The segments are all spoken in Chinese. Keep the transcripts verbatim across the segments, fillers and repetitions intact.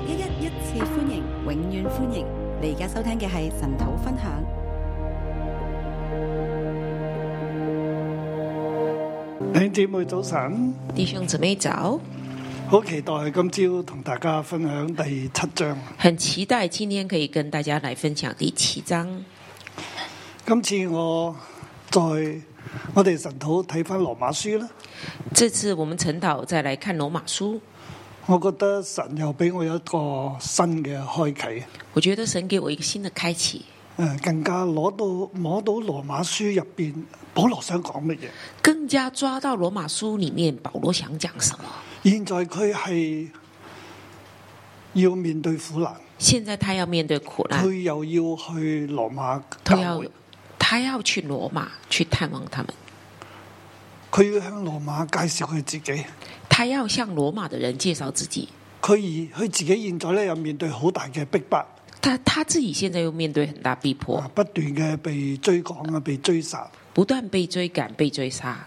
六一一一次歡迎，永遠歡迎！你而家收聽嘅係神土分享。 弟兄姊妹早晨， 弟兄姊妹早， 好期待今朝同大家分享第七章。 很期待今天可以跟大家來分享第七章。 今次我在我哋神土睇翻羅馬書啦。 這次我們陳導再來看羅馬書， 我覺得神又俾我有一個新嘅開啟。 我覺得神給我一個新的開啟。 誒，更加攞到摸到羅馬書入邊保羅想講乜嘢， 更加抓到羅馬書裡面保羅想講什麼。 現在佢係要面對苦難， 現在他要面對苦難， 佢又要去羅馬他要教會， 他要去羅馬去探望他們， 佢要向羅馬介紹佢自己， 他要向羅馬的人介紹自己。 佢而佢自己現在咧又面對好大嘅逼迫。 他他自己現在又面對很大逼迫， 不斷嘅被追趕啊，被追殺， 不斷被追趕、被追殺。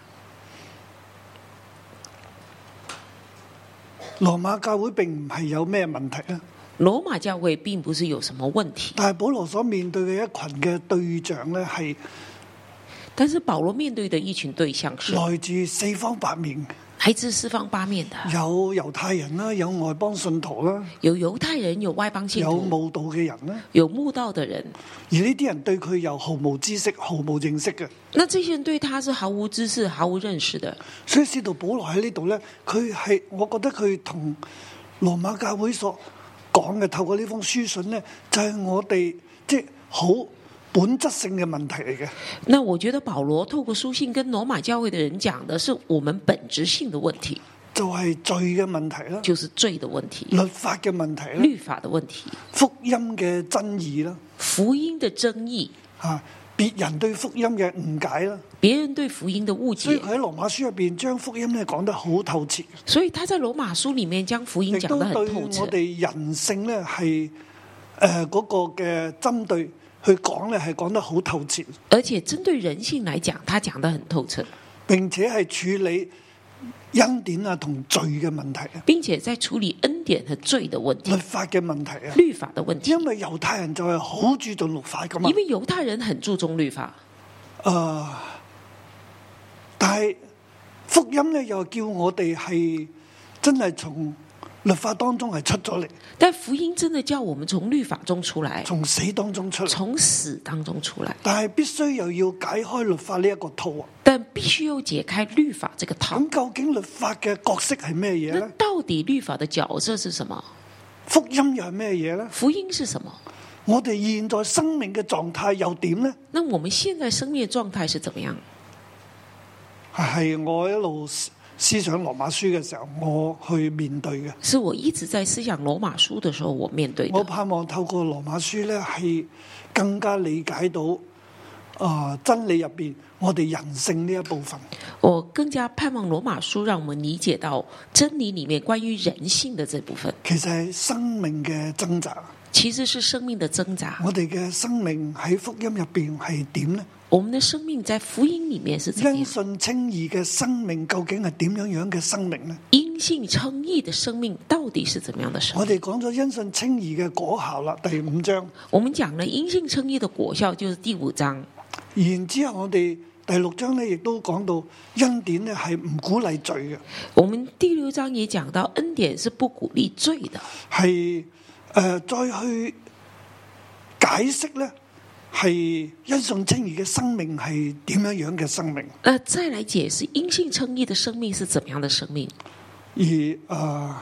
羅馬教會並唔係有咩問題啊， 羅馬教會並不是有什麼問題， 但係保羅所面對嘅一群嘅對象呢，係， 但是保羅面對的一群對象是來自四方八面， 來自四方八面的， 有猶太人啦，有外邦信徒啦， 有猶太人，有外邦信徒， 有慕道嘅人啦， 有慕道的人， 而呢啲人對佢又毫無知識、毫無認識嘅。 那這些人對他是毫無知識、毫無認識的。 所以使徒保羅喺呢度呢，佢係我覺得佢同羅馬教會所講嘅，透過呢封書信呢，就係、是、我哋即係好本質性嘅問題嚟嘅。 那我覺得保羅透過書信跟羅馬教會的人講的是我們本質性的問題， 就係罪嘅問題啦， 就是罪的問題， 律法嘅問題啦， 律法的問題， 福音嘅爭議啦， 福音的爭議， 啊，別人對福音嘅誤解啦， 別人對福音的誤解。 所以佢喺羅馬書入邊將福音咧講得好透徹。 所以他在羅馬書裡面將福音講得很透徹。亦都對我哋人性咧係誒嗰個嘅針對去講咧係講得好透徹， 而且針對人性來講，他講得很透徹， 並且係處理恩典啊同罪嘅問題啊， 並且在處理恩典和罪的問題， 律法嘅問題啊， 律法的問題。 因為猶太人就係好注重律法噶嘛， 因為猶太人很注重律法。 誒、呃，但係福音咧又叫我哋係真係從律法當中係出咗嚟， 但福音真的叫我們從律法中出來， 從死當中出嚟， 從死當中出來。 但係必須又要解開律法呢一個套啊！ 但必須要解開律法這個套。 咁究竟律法嘅角色係咩嘢咧？ 到底律法的角色是什麼？ 福音又係咩嘢咧？ 福音是什麼？ 我哋現在生命嘅狀態又點呢？ 那我們現在生命嘅狀態是怎麼樣？ 係我一路思想羅馬書嘅時候，我去面對嘅。 是我一直在思想羅馬書嘅時候，我面對的。 我盼望透過羅馬書咧，係更加理解到啊、呃、真理入邊我哋人性呢一部分。 我更加盼望羅馬書讓我們理解到真理裏面關於人性的這部分。 其實係生命嘅掙扎。 其實是生命的掙扎。 我哋嘅生命喺福音入邊係點呢？ 我們的生命在福音裏面是怎樣？ 因信稱義嘅生命究竟係點樣樣嘅生命呢？ 因信稱義的生命到底是怎麼樣的生命？ 我哋講咗因信稱義嘅果效啦，第五章。 我們講了因信稱義的果效，就是第五章。 然之後我哋第六章呢，亦都講到恩典呢係唔鼓勵罪嘅。 我們第六章也講到恩典是不鼓勵罪的， 係。誒、呃，再去解釋咧，係因信稱義嘅生命係點樣樣嘅生命？ 呃，再來解釋因信稱義的生命是怎麼樣的生命？ 而誒、呃，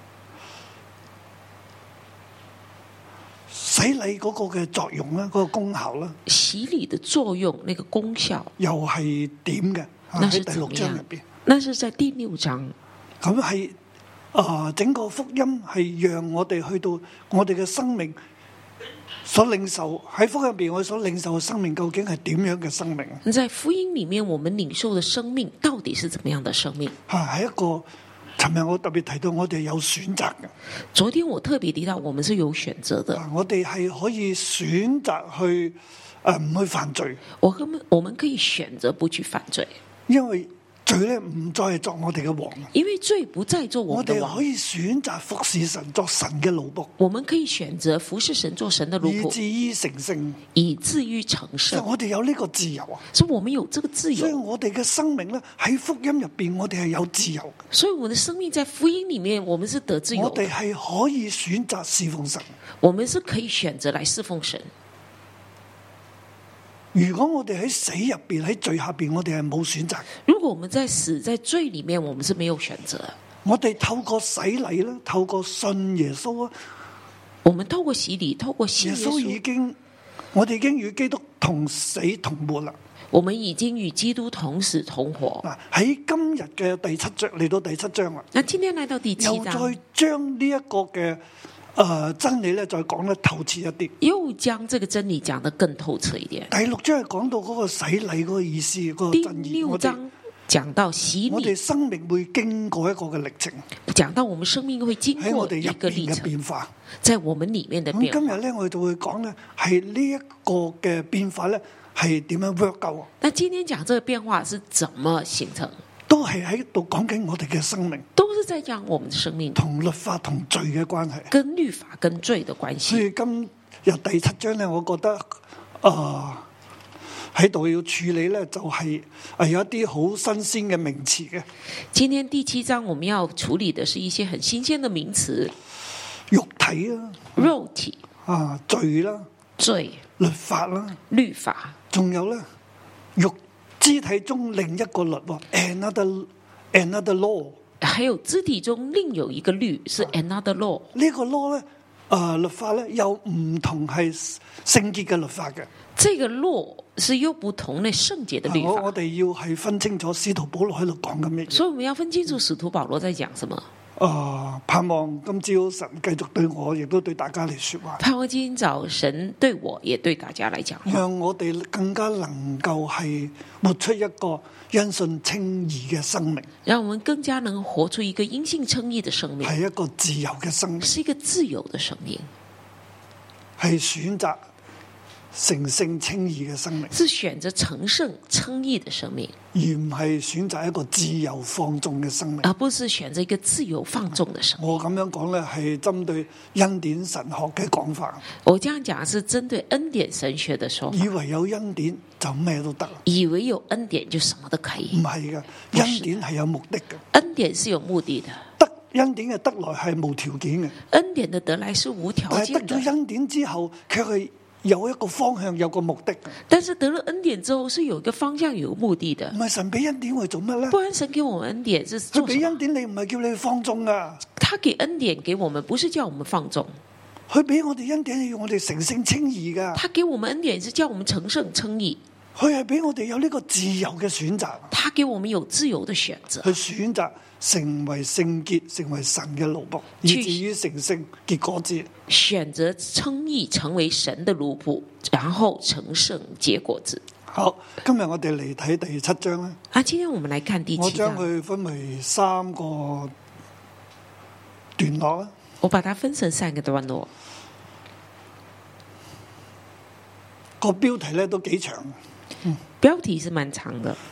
洗禮嗰個嘅作用啦，嗰、那個功效啦， 洗禮的作用，那個功效又係點嘅？喺第六章入邊， 那是在第六章。 咁係。啊！整個福音係讓我哋去到我哋嘅生命所領受，喺福音入邊我哋所領受嘅生命究竟係點樣嘅生命？ 在福音裏面，我們領受嘅生命到底是怎麼樣的生命？ 係係一個，尋日我特別提到我哋有選擇嘅。 昨天我特別提到我們是有選擇的， 我哋係可以選擇去誒唔去犯罪。 我們我們可以選擇不去犯罪， 因為罪咧唔再係作我哋嘅王， 因為罪不再做我我們的王哋可，以選擇服侍神作神嘅奴僕， 我們可以選擇服侍神做神的奴僕， 以至於成聖。 以至於成聖。 我哋有呢個自由啊， 所以我們有這個自所以由， 我哋嘅生命咧喺福音入邊，我哋係有自由嘅。 所以我們的生命在福音裏面，我們是得自由的。 我哋係可以選擇侍奉神。 我們是可以選擇來侍奉神。 如果我哋喺死入邊喺罪下邊，我哋係冇選擇。 如果我們在死在罪裏面，我們是沒有選擇。 我哋透過洗禮啦，透過信耶穌啊， 我們透過洗禮，透過信耶耶穌已穌， 經，我哋已經與基督同死同活啦。 我們已經與基督同死同活。 嗱，喺今日嘅第七章嚟到第七章啦， 那今天來到第七又章， 再將呢一個嘅誒、呃、真理咧，再講得透徹一啲。 又將這個真理講得更透徹一點。 第六章係講到嗰個洗禮嗰個意思，嗰、那個第真義。 六章講到洗我哋禮， 生命會經過一個嘅歷程， 講到我們生命會經喺我過一哋入邊嘅個歷程， 變化。 在我們裡面的咁變化。 今日咧，我哋就會講咧，係呢一個嘅變化咧，係點樣 work 夠？ 那今天講這個變化是怎麼形成？ 都係喺度講緊我哋嘅生命， 都是在講我們的生命同律法同罪嘅關係， 跟律法跟罪的關所係。 以今日第七章咧，我覺得啊喺度要處理咧，就係誒有一啲好新鮮嘅名詞嘅今天第七章我們要處理的是一些很新鮮的名詞， 肉體啦、 肉體、 啊罪啦、 罪、 律法啦， 律法， 仲有咧肉肢體中另一個律喎 ，another another law。 還有肢體中另有一個律是 another law。 呢個 law 咧，誒律法咧有唔同係聖潔嘅律法嘅。 這個 law 是又不同的聖潔的律法。 我我哋要係分清楚使徒保羅喺度講緊咩嘢。 所以我們要分清楚使徒保羅在講什麼。 啊、呃！盼望今朝神繼續對我，亦都對大家嚟說話。 盼望今早神對我也對大家來講話， 讓我哋更加能夠係活出一個因信稱義嘅生命。 讓我們更加能活出一個因信稱義的生命， 係一個自由嘅生命， 是一個自由的生命， 係選擇成聖稱義嘅生命， 是選擇成聖稱義的生命， 而唔係選擇一個自由放縱嘅生命， 而不是選擇一個自由放縱的生命。 我咁樣講咧，係針對恩典神學嘅講法。 我這樣講是針對恩典神學的說法， 以為有恩典就咩都得， 以為有恩典就什麼都可以。 唔係嘅，恩典係有目的嘅， 恩典是有目的的， 得恩典嘅得來係無條件嘅， 恩典的得來是無條但係件的。 得咗恩典之後，卻係有一個方向，有個目的嘅。 但是得了恩典之後，是有一個方向，有目的的唔。係神俾恩典為做乜咧？ 不然神給我們恩典是佢做什麼？ 俾恩典你唔係叫你去放縱啊， 他給恩典給我們，不是叫我們放縱。 佢俾我哋恩典係要我哋成聖稱義噶， 他給我們恩典是叫我們成聖稱義。 佢係俾我哋有呢個自由嘅選擇， 他給我們有自由的選擇， 去選擇成為聖潔，成為神嘅奴僕，以至於成聖結果子。 選擇稱義，成為神的奴僕，然後成聖結果子。 好，今日我哋嚟睇第七章咧。 啊，今天我們來看第我七章， 將佢分為三個段落啦。 我把它分成三個段落。 個標題咧都幾長， 嗯，標題是蠻長的。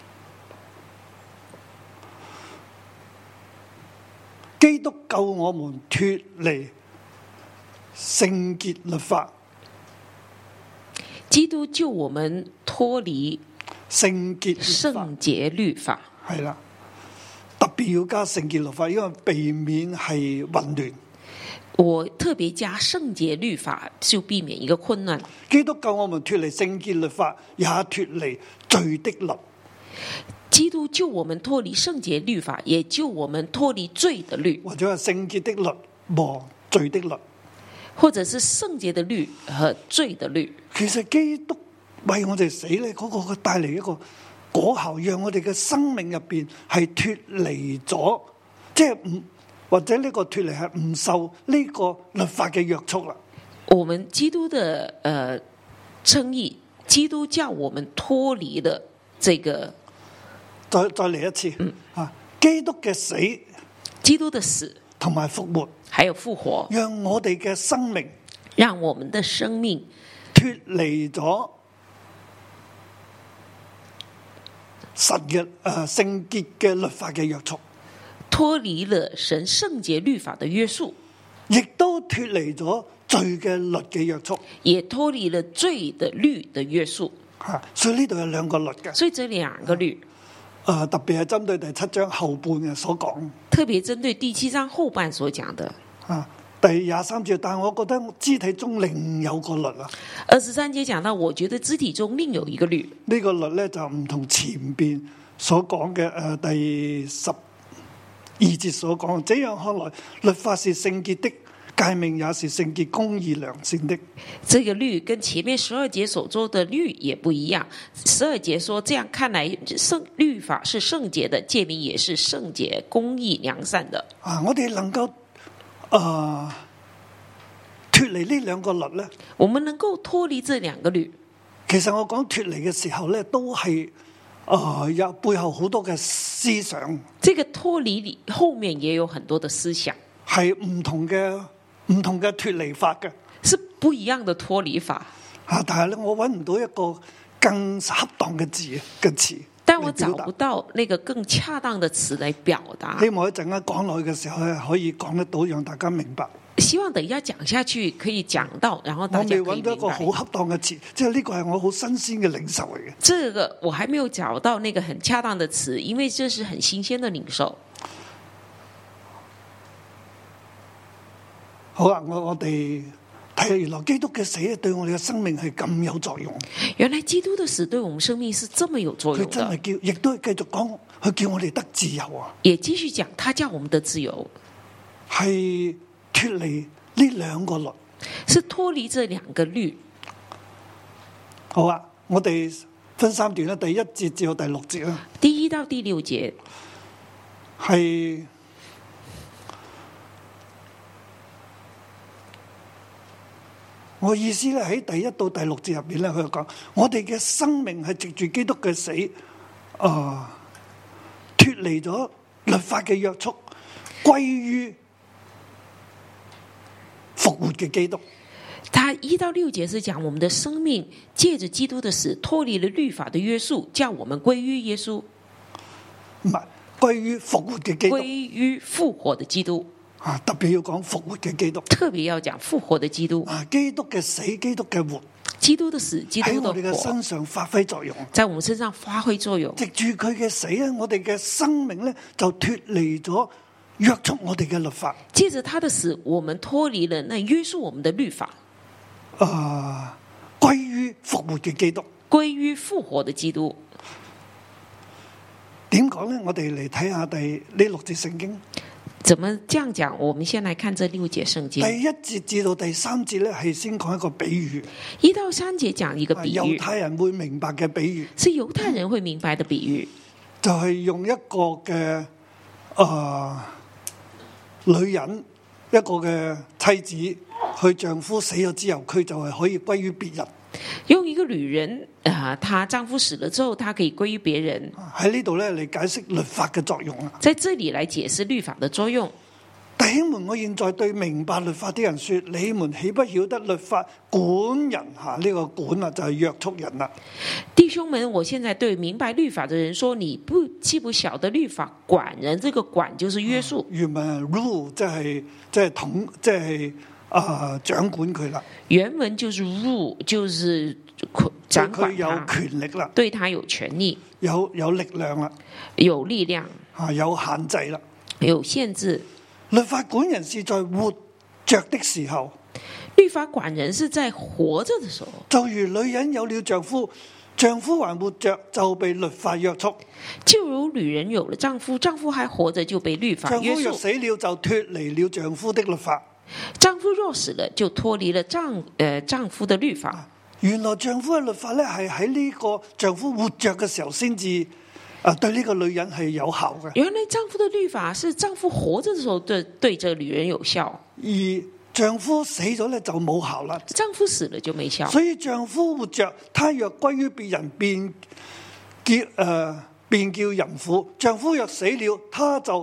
基督救我們脫離聖潔律法。 基督救我們脫離聖潔聖潔律法， 係啦，特別要加聖潔律法，因為避免係混亂。 我特別加聖潔律法，就避免一個混亂。 基督救我們脫離聖潔律法，也脫離罪的律。 基督救我們脫離聖潔律法，也救我們脫離罪的律， 或者係聖潔的律和罪的律， 或者是聖潔的律和罪的律。 其實基督為我哋死咧，嗰個帶嚟一個果效，讓我哋嘅生命入邊係脫離咗，即係唔或者呢個脫離係唔受呢個律法嘅約束啦。 我們基督的誒稱義，基督教我們脫離了這個。 再再嚟一次， 嗯， 啊，基督嘅死， 基督的死同埋復活， 還有復活， 讓我哋嘅生命， 讓我們的生命脫離咗神嘅誒聖潔嘅律法嘅約束， 脫離了神聖潔律法的約束， 亦都脫離咗罪嘅律嘅約束， 也脫離了罪的律的約束。 嚇，所以呢度有兩個律嘅。 所以這兩個律， 誒、呃、特別係針對第七章後半嘅所講， 特別針對第七章後半所講的。 啊，第廿三節，但係我覺得肢體中另有個律啊。 二十三節講到，我覺得肢體中另有一個律。 呢、這個律咧就唔同前邊所講嘅誒第十二節所講，這樣看來，律法是聖潔的，誡命也是聖潔、公義、良善的。 這個律跟前面十二節所做的律也不一樣。十二節說，這樣看來，聖律法是聖潔的，誡命也是聖潔、公義、良善的。 啊，我哋能夠誒脫離呢兩個律咧？ 我們能夠脫離這兩個律。 其實我講脫離嘅時候咧，都係誒有背後好多嘅思想。 這個脫離裏後面也有很多的思想， 係唔同嘅唔同嘅脫離法嘅， 是不一樣的脫離法。 啊！但係咧，我揾唔到一個更恰當嘅字嘅詞， 但我找不到那個更恰當的詞來表達。 希望一陣間講落去嘅時候咧，可以講得到，讓大家明白。 希望等一下講下去可以講到，然後大家可以明白。 我未揾到一個好恰當嘅詞，即係呢個係我好新鮮嘅領受嚟嘅。 這個我還沒有找到那個很恰當的詞，因為這是很新鮮的領受。 好啊，我我哋睇下，原來基督嘅死對我哋嘅生命係咁有作用。 原來基督的死對我們生命是這麼有作用的。 佢真係叫，亦都繼續講，佢叫我哋得自由啊！ 也繼續講，他叫我們得自由， 係脫離呢兩個律， 是脫離這兩個律。 好啊，我哋分三段啦，第一節至到第六節啦。 第一到第六節係我意思咧，喺第一到第六節入邊咧，佢就講我哋嘅生命係藉住基督嘅死，啊脫離咗律法嘅約束，歸於復活嘅基督。 他一到六節是講我們的生命借着基督的死脫離了律法的約束，叫我們歸於耶穌， 唔係歸於復活嘅基督， 歸於復活的基督。 啊，特別要講復活嘅基督， 特別要講復活的基督。 啊，基督嘅死，基督嘅活， 基督的死，基督的活， 喺我哋嘅身上發揮作用， 在我們身上發揮作用。 藉住佢嘅死咧，我哋嘅生命咧就脫離咗約束我哋嘅律法。 借着他的死，我們脫離了那約束我們的律法， 啊，歸於復活嘅基督， 歸於復活的基督。 點講咧？我哋嚟睇下第呢六節聖經。 怎麼這樣講？我們先來看這六節聖經。 第一節至到第三節咧，係先講一個比喻。 一到三節講一個比喻， 猶太人會明白嘅比喻， 是猶太人會明白的比喻， 就係、是、用一個嘅誒、呃、女人一個嘅妻子，佢丈夫死咗之後，佢就係可以歸於別人。 用一個女人啊，她丈夫死了之後，她可以歸於別人。 喺呢度咧嚟解釋律法嘅作用啊！ 在這裏來解釋律法的作用。 弟兄們，我現在對明白律法的人說：你們豈不曉得律法管人吓？呢、這個管啊就係約束人啦。 弟兄們，我現在對明白律法的人說：你不豈不曉得律法管人？這個管就是約束。 原文 rule 即係即係統即係。啊！掌管佢啦， 原文就是 rule，就是掌管他， 佢有權力啦， 對他有權力， 有有力量啦， 有力量， 啊，有限制啦， 有限制。 律法管人是在活着的時候， 律法管人是在活着的時候， 就如女人有了丈夫，丈夫還活着就被律法約束； 就如女人有了丈夫，丈夫還活着就被律法約束。 丈夫若死了，就脫離了丈夫的律法。 丈夫若死了，就脫離了丈誒、呃、丈夫的律法。 原來丈夫嘅律法咧，係喺呢個丈夫活着嘅時候先至啊，對呢個女人係有效嘅。 原來丈夫的律法是丈夫活着嘅時候對對這個女人有效， 而丈夫死咗咧就冇效啦。 丈夫死了就沒效。 所以丈夫活着，他若歸於別人，便叫誒、呃、便叫淫婦；丈夫若死了，他就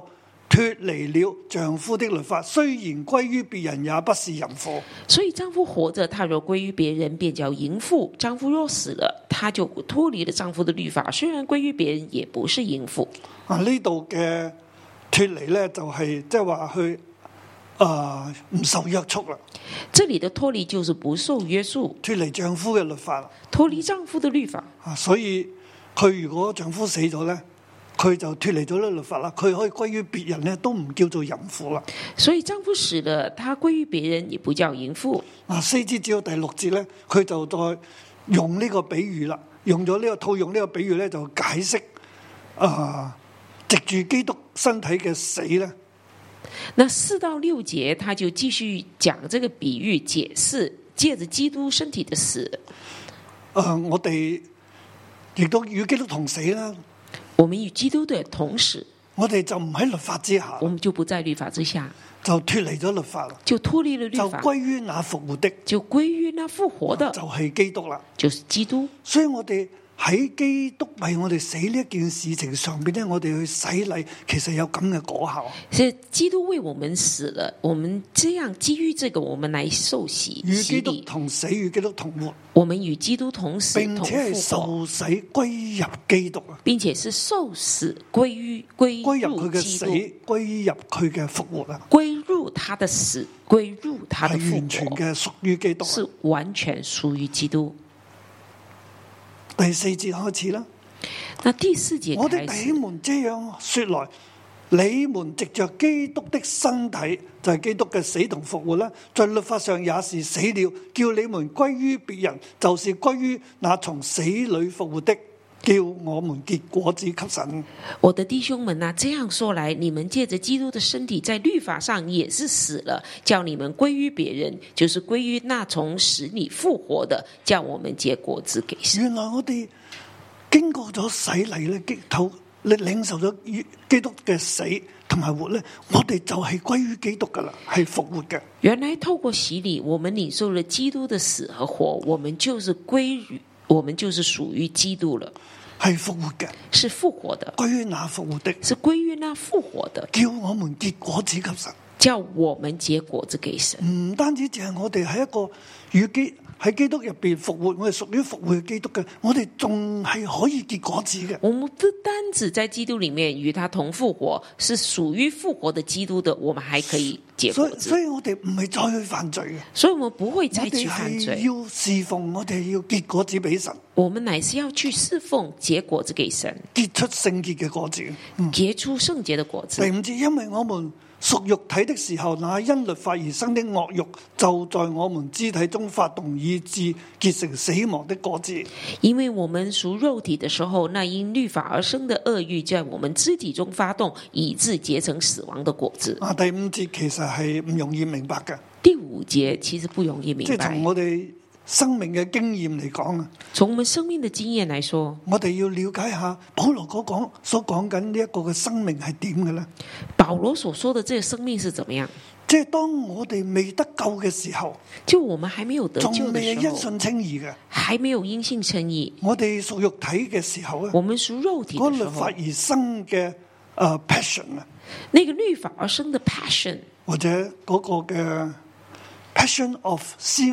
脫離了丈夫的律法，雖然歸於別人，也不是淫婦。 所以丈夫活着，他若歸於別人，便叫淫婦；丈夫若死了，他就脫離了丈夫的律法，雖然歸於別人，也不是淫婦。 啊，呢度嘅脫離呢，就係即係話去啊唔受約束啦。 這裡的脫離就是不受約束， 脫離丈夫嘅律法啦。 脫離丈夫的律法。 啊，所以佢如果丈夫死咗呢，佢就脫離咗呢律法啦。佢可以歸於別人呢，都唔叫做淫婦啦。 所以丈夫死了，他歸於別人，也不叫淫婦。 啊，四節至到第六節呢，佢就再用呢個比喻啦，用咗呢、這個套用呢個比喻呢，就解釋啊，藉住基督身體嘅死呢。 那四到六節，他就繼續講這個比喻，解釋借着基督身體的死。 呃、我哋亦都與基督同死啦。 我們與基督的同死， 我哋就唔喺律法之下， 我們就不在律法之下， 就脫離咗律法啦， 就脫離了律就法， 歸於那復活的， 就歸於那復活的， 就係基督啦， 就是基督。 所以我哋喺基督為我哋死呢一件事情上邊咧，我哋去洗禮，其實有咁嘅果效。 所以基督為我們死了，我們這樣基於這個，我們來受洗， 與基督洗禮同死，與基督同活， 我們與基督同死， 並且係受洗歸入基督啊， 並且是受死歸於歸歸入佢嘅死， 基督， 歸入佢嘅復活啊， 歸入他的死，歸入他的復活， 係完全嘅屬於基督， 是完全屬於基督。 第四節開始啦。 那第四節開始， 我的弟兄們這樣說來，你們藉着基督的身體，就係基督嘅死同復活啦，在律法上也是死了，叫你們歸於別人，就是歸於那從死裏復活的，叫我們結果子給神。 我的弟兄們啊，這樣說來，你們借着基督的身體，在律法上也是死了，叫你們歸於別人，就是歸於那從死裏復活的，叫我們結果子給神。 原來我哋經過咗洗禮咧，激透你領受咗基督嘅死同埋活咧，我哋就係歸於基督噶啦，係復活嘅。 原來透過洗禮，我們領受了基督的死和活，我們就是歸於，我們就是屬於基督了， 係復活嘅， 是復活的， 歸於那復活的， 是歸於那復活的， 叫我們結果子給神， 叫我們結果子給神。 唔單止淨係我哋係一個與基喺基督入邊復活，我哋屬於復活嘅基督嘅，我哋仲係可以結果子嘅。 我們不單止在基督裏面與他同復活，是屬於復活的基督的，我們還可以結果子。 所以，所以我哋唔係再去犯罪嘅， 所以我們不會再去犯罪。 我哋係要侍奉，我哋要結果子俾神。 我們乃是要去侍奉，結果子給神， 結出聖潔嘅果子， 嗯、結出聖潔的果子。 第五節，因為我們屬肉體的時候，那因律法而生的惡欲就在我們肢體中發動，以致結成死亡的果子。 因為我們屬肉體的時候，那因律法而生的惡欲在我們肢體中發動，以致結成死亡的果子。 啊，第五節其實係唔容易明白嘅。 第五節其實不容易明白。 即係從我哋生命嘅經驗嚟講啊， 從我們生命的經驗來說， 我哋要了解下保羅嗰講所講緊呢一個嘅生命係點嘅咧？ 保羅所說的這個生命是怎麼樣？ 即係當我哋未得救嘅時候， 就我們還沒有得救的時候， 仲未係因信稱義嘅， 還沒有因信稱義。 我哋屬肉體嘅時候咧， 我們屬肉體嗰的時候， 律法而生嘅誒 passion 啊， 那個律法而生的 passion， 或者嗰個嘅 passion of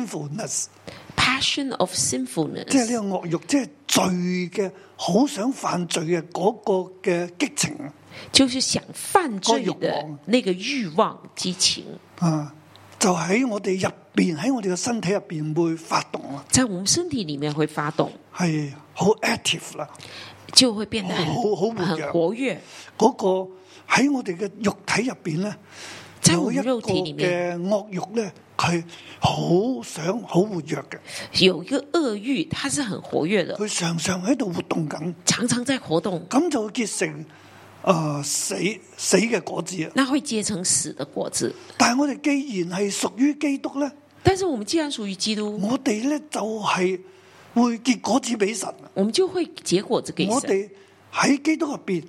sinfulness。Passion of sinfulness， 即係呢個惡欲，即係罪嘅，好想犯罪嘅嗰個嘅激情， 就是想犯罪的那個慾望激情啊，就喺我哋入邊，喺我哋嘅身體入邊會發動啊， 在我們身體裏面會發動， 係好 active 啦， 就會變得很好好活很活躍。 嗰個喺我哋嘅肉體入邊咧，有一個嘅惡欲咧，佢好想好活躍嘅， 有一個惡欲，它是很活躍的， 佢常常喺度活動緊， 常常在活動， 咁就會結成誒、呃、死死嘅果子啊！ 那會結成死的果子。 但係我哋既然係屬於基督咧， 但是我們既然屬於基督， 我哋咧就係會結果子俾神， 我們就會結果子給神。 我哋喺基督入邊，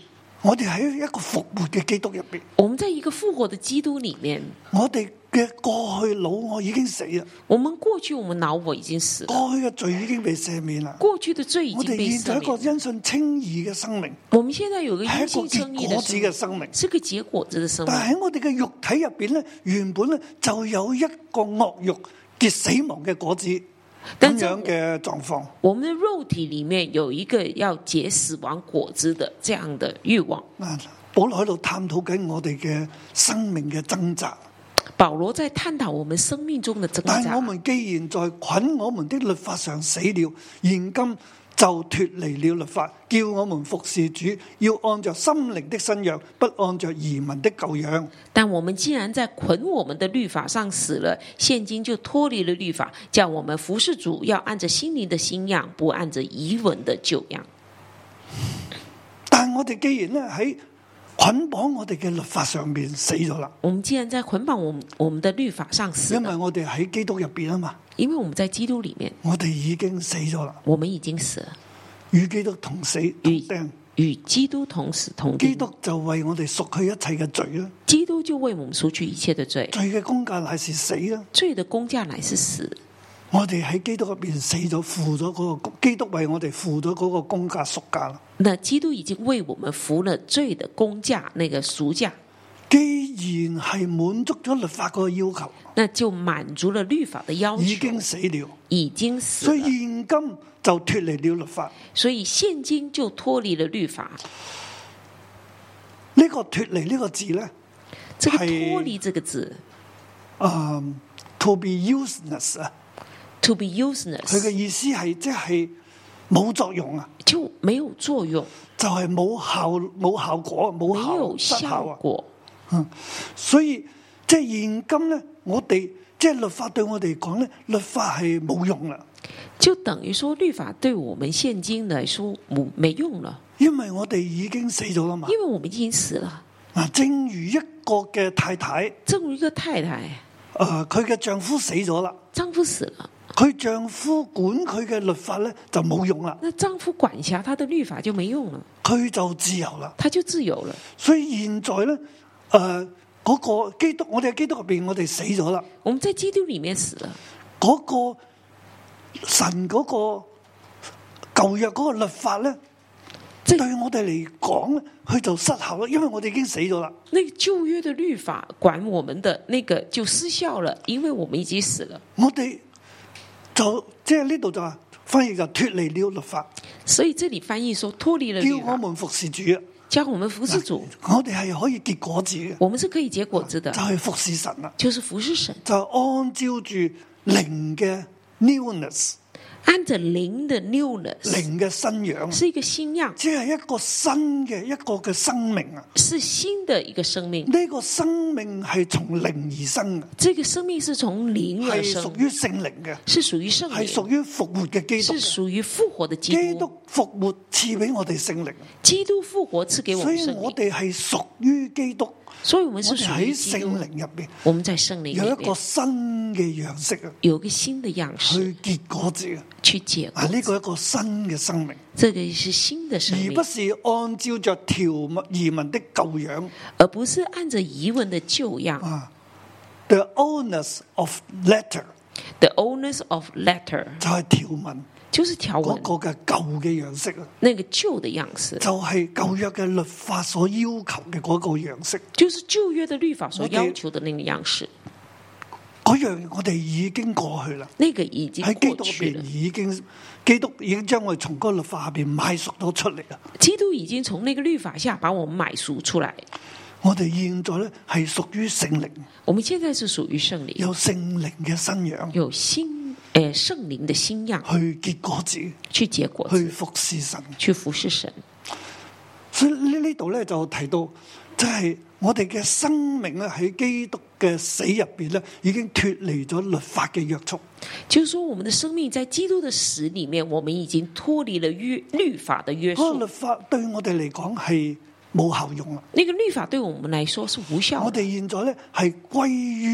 我哋喺一個復活嘅基督入邊， 我們在一個復活的基督裏面， 我哋嘅過去老我已經死啦， 我們過去我們老我已經死了， 過去嘅罪已經被赦免啦， 過去的罪已我哋經被赦現在一個免。 因信稱義嘅生命， 我們現在有個因係一個信稱義結果子嘅的生命， 生命。 是個結果子的生命。 但係喺我哋嘅肉體入邊咧，原本咧就有一個惡欲結死亡嘅果子咁但樣嘅狀況。 我們的肉體裏面有一個要結死亡果子的這樣的慾望。 啊，保羅喺度探討緊我哋嘅生命嘅掙扎。 保羅在探討我們生命中的掙扎。 但我們既然在捆我們的律法上死了，現今就脱離了律法，叫我們服侍主，要按着心靈的新樣，不按着儀文的舊樣。 但我們既然在捆我們的律法上死了，現今就脱離了律法，叫我們服侍主，要按着心靈的新樣，不按着儀文的舊樣。 但我哋既然咧喺捆綁我哋嘅律法上面死咗啦， 我們既然在捆綁我們我們的律法上死了， 因為我哋喺基督入邊啊嘛， 因為我們在基督裏面， 我哋已經死咗啦， 我們已經死了， 與基督同死同釘， 與基督同死同釘。 基督就為我哋贖去一切嘅罪啦， 基督就為我們贖去一切的罪， 罪嘅工價乃是死啦， 罪的工價乃是死。 我哋喺基督入邊死咗，付咗嗰個基督為我哋付咗嗰個工價贖價啦。 那基督已經為我們付了罪的工價，那個贖價。 既然係滿足咗律法嗰個要求， 那就滿足了律法的要求， 已經死了， 已經死了， 所以現今就脱離了律法。 所以現今就脱離了律法。 呢、這個脱離呢個字咧， 這個脱離這個字， 啊、um, ，to be useless 啊。 To be useless， 佢嘅意思係即係冇作用啊， 就沒有作用， 就係冇效冇效果，冇效沒有失效啊。 效果。 嗯，所以即係現今咧，我哋即係律法對我哋講咧，律法係冇用啦。 就等於說律法對我們現今來說冇沒用了， 因為我哋已經死咗啦嘛。 因為我們已經死了。 嗱，正如一個嘅太太， 正如一個太太， 誒，佢嘅丈夫死咗啦， 丈夫死了。 佢丈夫管佢嘅律法咧就冇用啦， 那丈夫管轄他的律法就沒用了， 佢就自由啦， 他就自由了。 所以現在咧，誒、呃、嗰、那個基督，我哋喺基督入邊，我哋死咗啦。 我們在基督裏面死了， 嗰、那個神嗰個舊約嗰個律法咧，對我哋嚟講咧，佢就失效啦，因為我哋已經死咗啦。 那個舊約的律法管我們的那個就失效了，因為我們已經死了。 我哋就即係呢度就話翻譯就脫離了律法， 所以這裏翻譯說脫離了律法， 叫我們服侍主啊， 教我們服侍主。 我哋係可以結果子嘅， 我們是可以結果子的， 就係、是、服侍神啦， 就是服侍神， 就按照住靈嘅 newness， 按着靈的 newness， 靈嘅新樣， 是一個新樣， 即係一個新嘅一個嘅生命啊， 是新的一個生命。 呢、這個生命係從靈而生嘅， 這個生命是從靈而生， 係屬於聖靈嘅， 是屬於聖靈， 係屬於復活嘅基督， 是屬於復活的基督。 基督復活賜俾我哋聖靈， 基督復活賜給我們聖靈， 所以我哋係屬於基督。 所以我們是屬於喺聖靈入邊， 我們在聖靈裏面有一個新嘅樣式啊， 有一個新的樣式去結果子啊， 去結果啊呢個一個新嘅生命， 這個是新的生命， 而不是按照着條儀文的舊樣， 而不是按着儀文的舊樣。 啊 ，the oldness of letter，the oldness of letter 就係條文。 就是條文嗰個嘅舊嘅樣式啊， 那個舊的樣式就係舊約嘅律法所要求嘅嗰個樣式， 就是舊約的律法所要求的那個樣式。 嗰樣我哋已經過去啦， 那個已經喺基督入過去了。 邊已經，基督已經將我哋從嗰個律法下邊買贖咗出嚟啦。 基督已經從那個律法下把我們買贖出來。 我哋現在咧係屬於聖靈， 我們現在是屬於聖靈， 有聖靈嘅新樣， 有新。誒，聖靈的新樣去結果子， 去結果子， 去服侍神， 去服侍神。 所以呢呢度咧就提到，即係我哋嘅生命咧喺基督嘅死入邊咧，已經脫離咗律法嘅約束。 就是說，我們的生命在基督的死裏面，我們已經脫離了約律法的約束。 嗰個律法對我哋嚟講係冇效用啦。 那個律法對我們來說是無效的。 我哋現在咧係歸於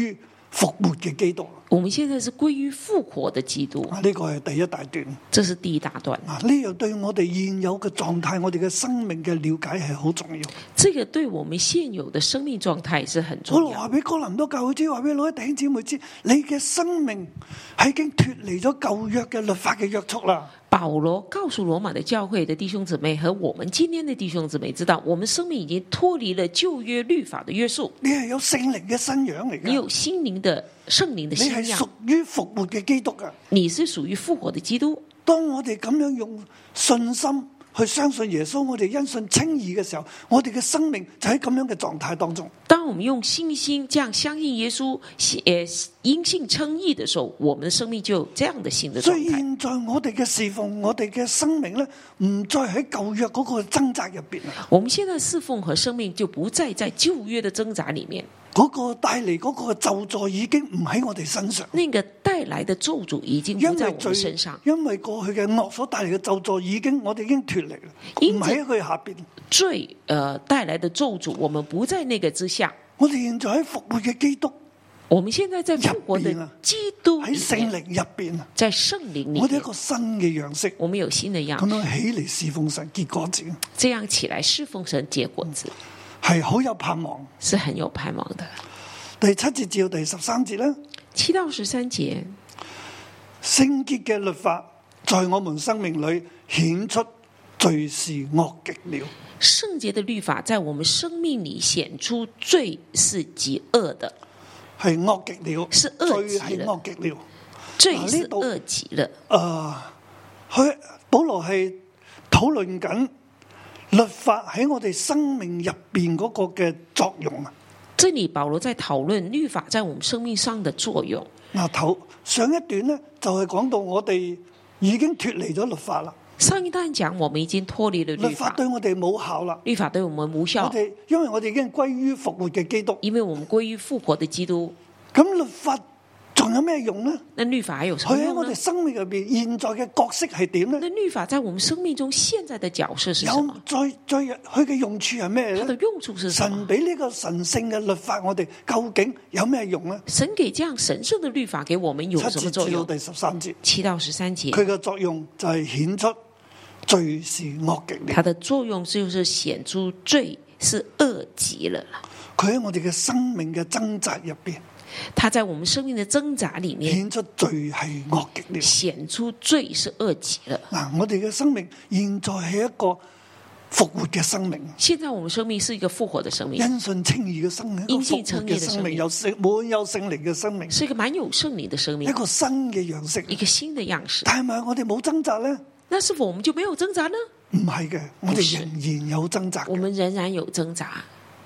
復活嘅基督。 我們現在是歸於復活的基督。 啊，呢個係第一大段。 這是第一大段。 啊，呢樣對我哋現有嘅狀態，我哋嘅生命嘅了解係好重要。 這個對我們現有的生命狀態是很重要。 我話俾哥林多教會知，話俾老一弟兄姊妹知，你嘅生命係已經脫離咗舊約嘅律法嘅約束啦。 保羅告訴羅馬的教會的弟兄姊妹和我們今天的弟兄姊妹知道，我們生命已經脫離了舊約律法的約束。 你係有聖靈嘅新樣嚟嘅， 你有心靈的聖靈的新樣， 你係屬於復活嘅基督啊！ 你是屬於復活的基督。 當我哋咁樣用信心去相信耶穌，我哋因信稱義嘅時候，我哋嘅生命就喺咁樣嘅狀態當中。 當我們用信心這樣相信耶穌，誒因信稱義的時候，我們的生命就有這樣的新的狀態。 所以現在我哋嘅侍奉，我哋嘅生命咧，唔再喺舊約嗰個掙扎入邊啊！ 我們現在侍奉和生命就不再在舊約的掙扎裏面。 嗰個帶嚟嗰個咒詛已經唔喺我哋身上， 那個帶來的咒詛已經不在我們身上， 因為過去嘅惡所帶嚟嘅咒詛已經我哋已經脫離啦，唔喺佢下邊。 罪誒帶來的咒詛，我們不在那個之下。 我哋現在喺復活嘅基督， 我們現在在復活的基督喺聖靈入邊啊， 在聖靈裏面， 我哋一個新嘅樣式， 我們有新的樣式， 咁樣起嚟侍奉神結果子， 這樣起來侍奉神結果子， 係好有盼望， 是很有盼望的。 第七節至到第十三節咧， 七到十三節， 聖潔嘅律法在我們生命裏顯出罪是惡極了。 聖潔的律法在我們生命裏顯出罪是極惡的， 係惡極了， 是惡極了， 罪係惡極了， 罪是惡極了。 啊，佢保羅係討論緊律法喺我哋生命入邊嗰個嘅作用啊。 這裏保羅在討論律法在我們生命上的作用。 嗱，頭上一段呢，就係講到我哋已經脫離咗律法啦。 上一段講我們已經脫離了律法， 律法對我哋冇效啦。 律法對我們無效。 我哋因為我哋已經歸於復活嘅基督， 因為我們歸於復活的基督。 咁律法仲有咩用呢？ 那律法還有什麼用呢？ 佢喺我哋生命入邊現在嘅角色係點呢？ 那律法在我們生命中現在的角色是什麼？ 有再再佢嘅用處係咩咧？ 它的用處是什麼？ 神俾呢個神聖嘅律法，我哋究竟有咩用呢？ 神給這樣神聖的律法給我們有什麼作用？ 七至到第十三節， 七到十三節， 佢嘅作用就係顯出罪是惡極了。 它的作用就是顯出罪是惡極了。 佢喺我哋嘅生命嘅掙扎入邊， 他在我們生命的掙扎裏面顯出罪係惡極了， 顯出罪是惡極了。 嗱，我哋嘅生命現在係一個復活嘅生命。 現在我們生命是一個復活的生命， 因信稱義嘅生命， 因信稱義嘅生命， 有聖滿有聖靈嘅生命， 是一個滿有聖靈的生命， 一個新嘅樣式， 一個新的樣式。 但係咪我哋冇掙扎呢？ 那是否我們就沒有掙扎呢？ 唔係嘅，我哋仍然有掙扎。 我們仍然有掙扎，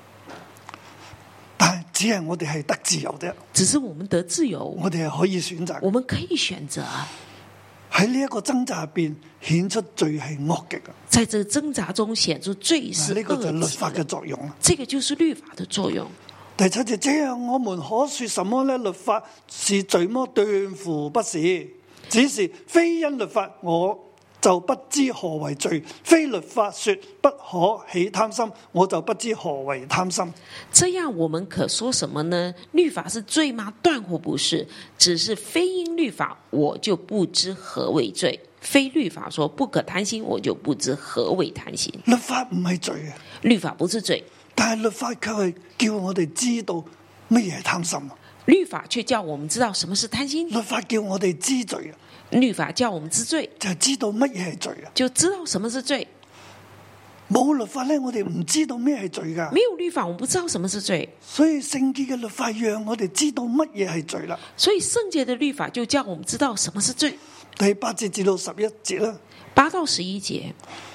但係只係我哋係得自由啫。 只是我們得自由， 我哋係可以選擇， 我們可以選擇喺呢一個掙扎入邊顯出罪係惡極嘅。 在這個掙扎中顯出罪是惡極。 呢個就係律法嘅作用。 這個就是律法的作用。 第七節，這樣我們可說什麼呢？律法是罪麼？斷乎不是，只是非因律法我就不知何為罪，非律法說不可起貪心，我就不知何為貪心。 這樣我們可說什麼呢？律法是罪嗎？斷乎不是，只是非因律法我就不知何為罪，非律法說不可貪心，我就不知何為貪心。 律法唔係罪啊， 律法不是罪， 但係律法卻係叫我哋知道乜嘢係貪心啊。 律法卻叫我們知道什麼是貪心。 律法叫我哋知罪啊。 律法叫我們知罪， 就係知道乜嘢係罪啊！ 就知道什麼是罪。 冇律法咧，我哋唔知道咩係罪噶。 沒有律法，我們不知道什麼是罪。 所以聖潔嘅律法讓我哋知道乜嘢係罪啦。 所以聖潔的律法就叫我們知道什麼是罪。 第八節至到十一節啦， 八到十一節，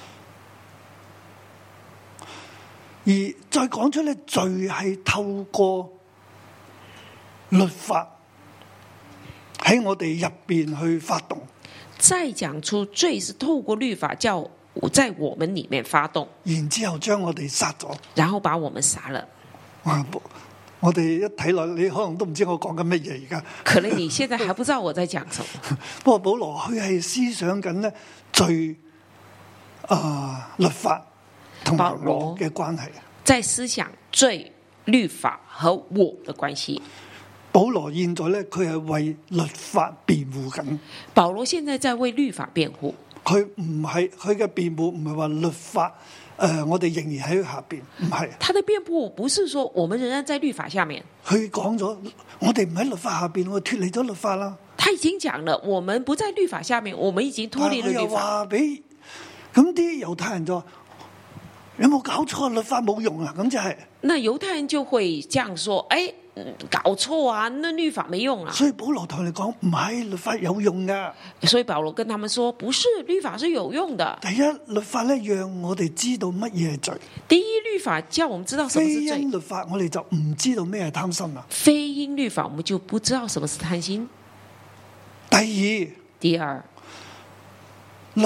而再講出咧，罪係透過律法喺我哋入邊去發動， 再講出罪是透過律法叫我在我們裏面發動， 然之後將我哋殺咗， 然後把我們殺了。 哇！我哋一睇落，你可能都唔知我講緊乜嘢而家。 可能你現在還不知道我在講什麼。 不過保羅佢係思想緊咧罪啊、呃、律法同埋我嘅關係， 在思想罪律法和我的關係。 保羅現在咧，佢係為律法辯護緊。 保羅現在在為律法辯護， 佢唔係佢嘅辯護，唔係話律法誒、呃，我哋仍然喺下邊，唔係。 他的辯護不是說我們仍然在律法下面。 佢講咗，我哋唔喺律法下邊，我哋脫離咗律法啦。 他已經講了，我們不在律法下面，我們已經脫離了律法。 又話俾咁啲猶太人就話：有冇搞錯？律法冇用啊！咁就係、是。那猶太人就會這樣說：誒，搞錯啊！那律法沒用啊！ 所以保羅同你講，唔係律法有用噶。 所以保羅跟他們說：不是，律法是有用的。 第一，律法咧讓我哋知道乜嘢係罪。 第一，律法叫我們知道什麼是罪。 非因律法，我哋就唔知道咩係貪心啦。 非因律法，我們就不知道什麼是貪心。 第二， 第二， 律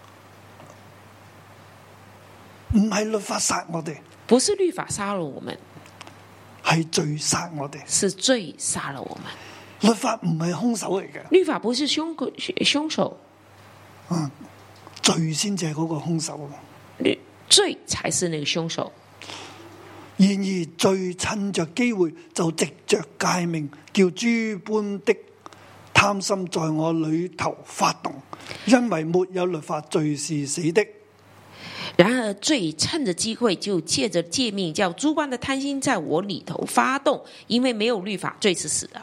唔係律法殺我哋， 不是律法殺了我們， 係罪殺我哋， 是罪殺了我們。 律法唔係兇手嚟嘅， 律法不是兇兇手， 嗯，罪先至係嗰個兇手， 罪才是那個兇手。 然而罪趁着機會就藉着誡命，叫諸般的貪心在我裏頭發動，因為沒有律法，罪是死的。 然而罪趁着機會就借着誡命，叫諸般的貪心在我裏頭發動，因為沒有律法，罪是死的。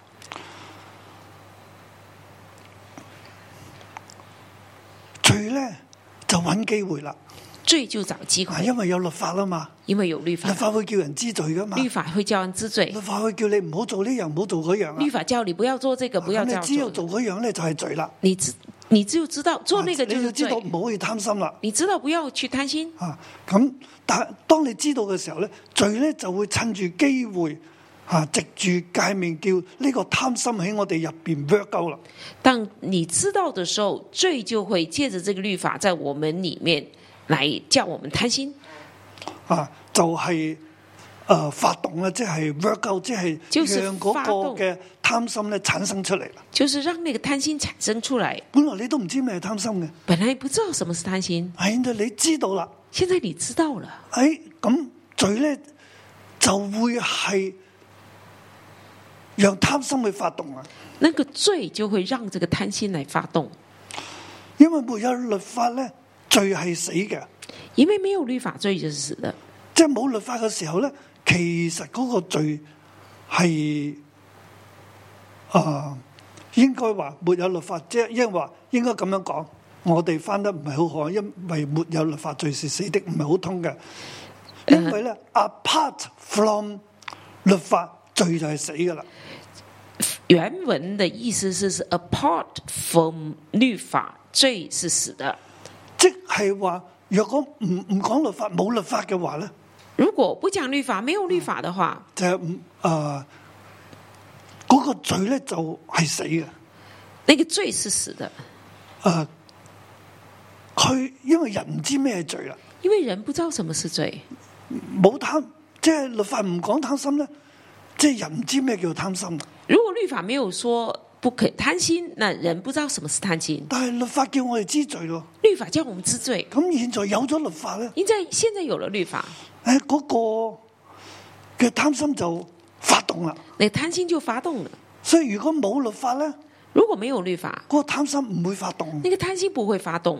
罪呢，就揾機會啦， 罪就找機會， 因為有律法啦嘛， 因為有律法， 律法會叫人知罪噶嘛， 律法會叫人知罪， 律法會叫你唔好做呢樣，唔好做嗰樣， 律法叫你不要做這個，不要這樣做， 你只要做嗰樣呢，就係罪啦。 你知你只有知道做那個就是罪， 你要知道唔可以貪心啦。 你知道不要去貪心啊，咁但係當你知道嘅時候咧，罪咧就會趁住機會啊，藉住誡命叫呢個貪心喺我哋入邊 work 夠啦。 當你知道嘅時候，罪就會借着這個律法在我們裏面來叫我們貪心啊，就係、是。誒、呃，發動咧，即係 work out，即係讓嗰個嘅貪心咧產生出嚟啦。 就是讓那個貪心產生出來。 本來你都唔知咩係貪心嘅， 本來不知道什麼是貪心。 係，現在你知道啦。 現在你知道了。 誒，咁罪咧就會係讓貪心去發動啊。 那個罪就會讓這個貪心來發動， 因為沒有律法咧，罪係死嘅。 因為沒有律法，罪就是死的。 即係冇律法嘅時候咧。其實嗰個罪係啊、呃，應該話沒有律法，即係因為話應該咁樣講。我哋翻得唔係好好，因為沒有律法，罪是死的，唔係好通嘅。因為咧、uh, ，apart from 律法，罪就係死噶啦。 原文的意思是是 apart from 律法，罪是死的。 即係話，若果唔唔講律法，冇律法嘅話咧。 如果不講律法，沒有律法的話， 就係唔誒嗰個罪咧就係死嘅。 那個罪是死的。 誒、呃，佢因為人唔知咩係罪啦， 因為人不知道什麼是罪， 冇貪，即係律法唔講貪心咧，即係人唔知咩叫貪心。 如果律法沒有說不可貪心，那人不知道什麼是貪心。 但係律法叫我哋知罪咯， 律法叫我們知罪。 咁現在有咗律法咧， 現在現在有了律法。 誒，嗰個嘅貪心就發動啦， 你貪心就發動了。 所以如果冇律法咧， 如果沒有律法， 嗰個貪心唔會發動。 那個貪心不會發動。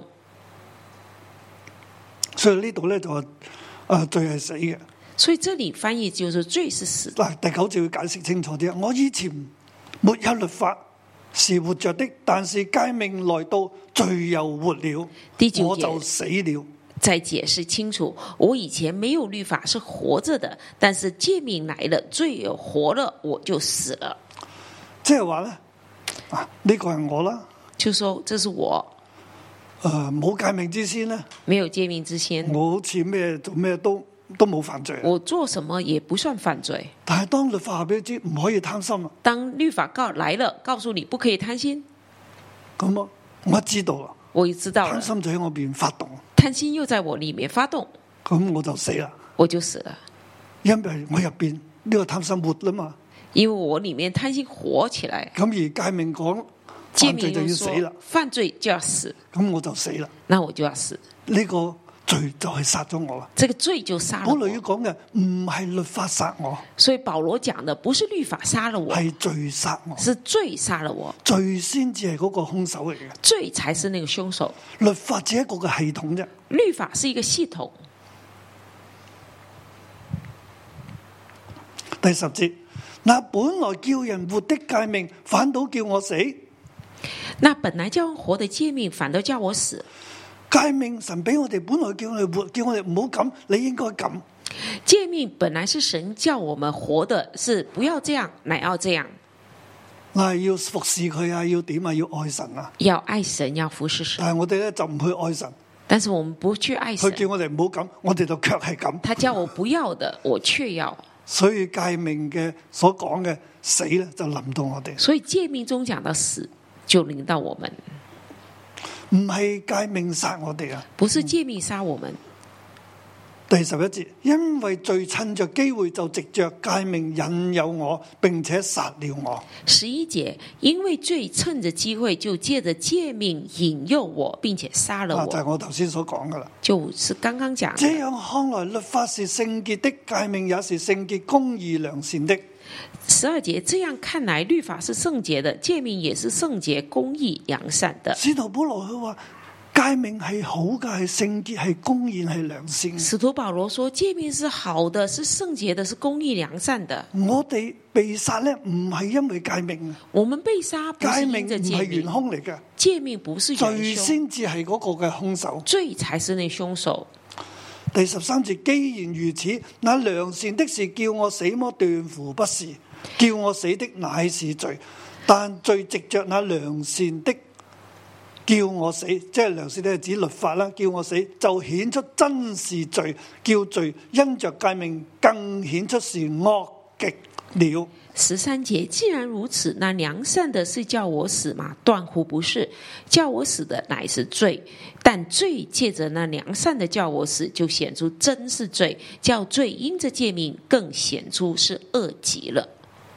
所以呢度咧就話，誒，罪係死嘅。 所以這裏翻譯就是罪是死。 嗱，第九節要解釋清楚啲。我以前沒有律法是活着的，但是誡命來到，罪又活了，我就死了。 再解釋清楚，我以前沒有律法是活着的，但是誡命來了，罪又活了，我就死了。 即係話咧，啊呢、這個係我啦， 就說這是我。 誒、呃，冇誡命之先呢， 沒有誡命之先， 我好似咩做咩都都冇犯罪， 我做什麼也不算犯罪。 但係當律法話俾你知唔可以貪心啊， 當律法告來了，告訴你不可以貪心， 咁啊，我知道啦， 我知道了， 貪心就喺我邊發動。 貪心又在我裏面發動， 咁我就死啦， 我就死了， 因為我入邊呢個貪心活啦嘛， 因為我裏面貪心活起來， 咁而誡命講犯罪就要死啦， 犯罪就要死， 咁我就死啦， 那我就要死。 呢個罪就係殺咗我啦。 這個罪就殺了保羅要我。 講嘅唔係律法殺我， 所以保羅講的不是律法殺了我， 係罪殺我， 是罪殺了我， 罪先至係嗰個兇手嚟嘅。 罪才是那個兇手。 律法只係一個嘅系統啫。 律法是一個系統。 第十節，那本來叫人活的誡命，反倒叫我死。 那本來叫人活的誡命，反倒叫我死。 誡命神俾我哋，本來叫我哋活，叫我哋唔好咁，你應該咁。 誡命本來是神叫我們活的，是不要這樣，乃要這樣。 嗱，要服侍佢啊，要點啊，要愛神啊。 要愛神，要服侍神。 但係我哋咧就唔去愛神。 但是我們不去愛神。 佢叫我哋唔好咁，我哋就卻係咁。 他叫我不要的，我卻要。 所以誡命嘅所講嘅死咧，就臨到我哋。 所以誡命中講到死，就臨到我們。 唔係誡命殺我哋啊， 不是誡命殺我們。 第十一節，因為罪趁着機會就藉着誡命引誘我，並且殺了我。 十一節，因為罪趁着機會就借着誡命引誘我，並且殺了我。 啊、就係、是、我頭先所講噶啦， 就是剛剛講。 這樣看來，律法是聖潔的，誡命也是聖潔、公義、良善的。 十二節，這樣看來，律法是聖潔的，誡命也是聖潔、公義、良善的。 使徒保羅佢話。誡命係好嘅，係聖潔，係公義，係良善。 使徒保羅說，誡命是好的，是聖潔的，是公義良善的。 我哋被殺咧，唔係因為誡命。 我們被殺不是因着誡命， 誡命唔係元兇嚟嘅。 誡命不是元兇， 罪先至係嗰個嘅兇手， 罪才是那兇手。 第十三節，既然如此，那良善的是叫我死麼？斷乎不是，叫我死的乃是罪，但罪藉着那良善的。叫我死，即係良善係指律法啦。叫我死就顯出真是罪，叫罪因着誡命更顯出是惡極了。 十三節，既然如此，那良善的是叫我死嗎？斷乎不是，叫我死的乃是罪，但罪借着那良善的叫我死，就顯出真是罪，叫罪因着誡命更顯出是惡極了。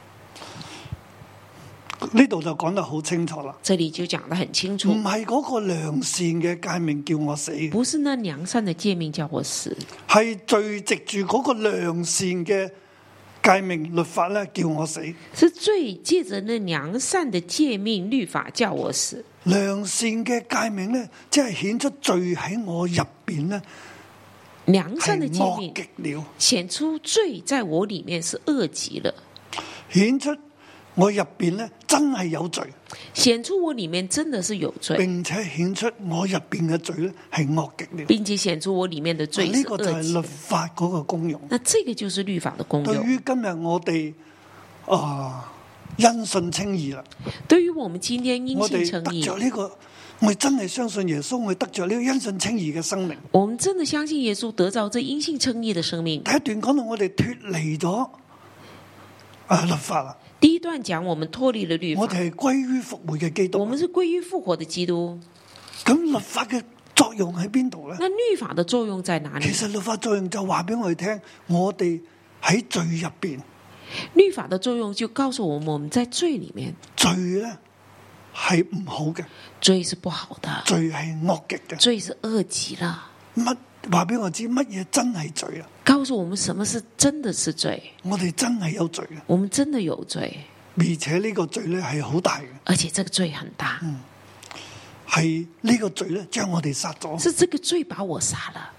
呢度就講得好清楚啦， 這裏就講得很清楚， 唔係嗰個良善嘅誡命叫我死， 不是那良善的誡命叫我死， 係罪藉住嗰個良善嘅誡命律法咧叫我死， 是罪借着那良善的誡命律法叫我死。 良善嘅誡命咧，即係顯出罪喺我入邊咧， 良善的誡命惡極了， 顯出罪在我裏面是惡極了， 顯出。我入邊咧真係有罪， 顯出我裏面真的是有罪， 並且顯出我入邊嘅罪咧係惡極了， 並且顯出我裏面的罪是惡極。 呢個就係律法嗰個功用。 那這個就是律法的功用。 對於今日我哋啊因信稱義啦， 對於我們今天因我哋信稱義， 得着呢個，我哋真係相信耶穌，我哋得着呢個因信稱義嘅生命。 我們真的相信耶穌得着這因信稱義的生命。 第一段講到我哋脫離咗啊律法啦。 第一段講我們脫離了律法， 我哋係歸於復活嘅基督。 我們是歸於復活的基督。 咁律法嘅作用喺邊度咧？ 那律法的作用在哪裏？ 其實律法作用就話俾我哋聽，我哋喺罪入邊。 律法的作用就告訴我們，我們在罪裏面。 罪咧係唔好嘅， 罪是不好的， 罪係惡極嘅， 罪是惡極啦。 乜話俾我知乜嘢真係罪啊？ 告訴我們什麼是真的是罪。 我哋真係有罪嘅， 我們真的有罪， 而且呢個罪咧係好大嘅， 而且這個罪很大。 嗯，係呢個罪咧將我哋殺咗， 是這個罪把我殺了。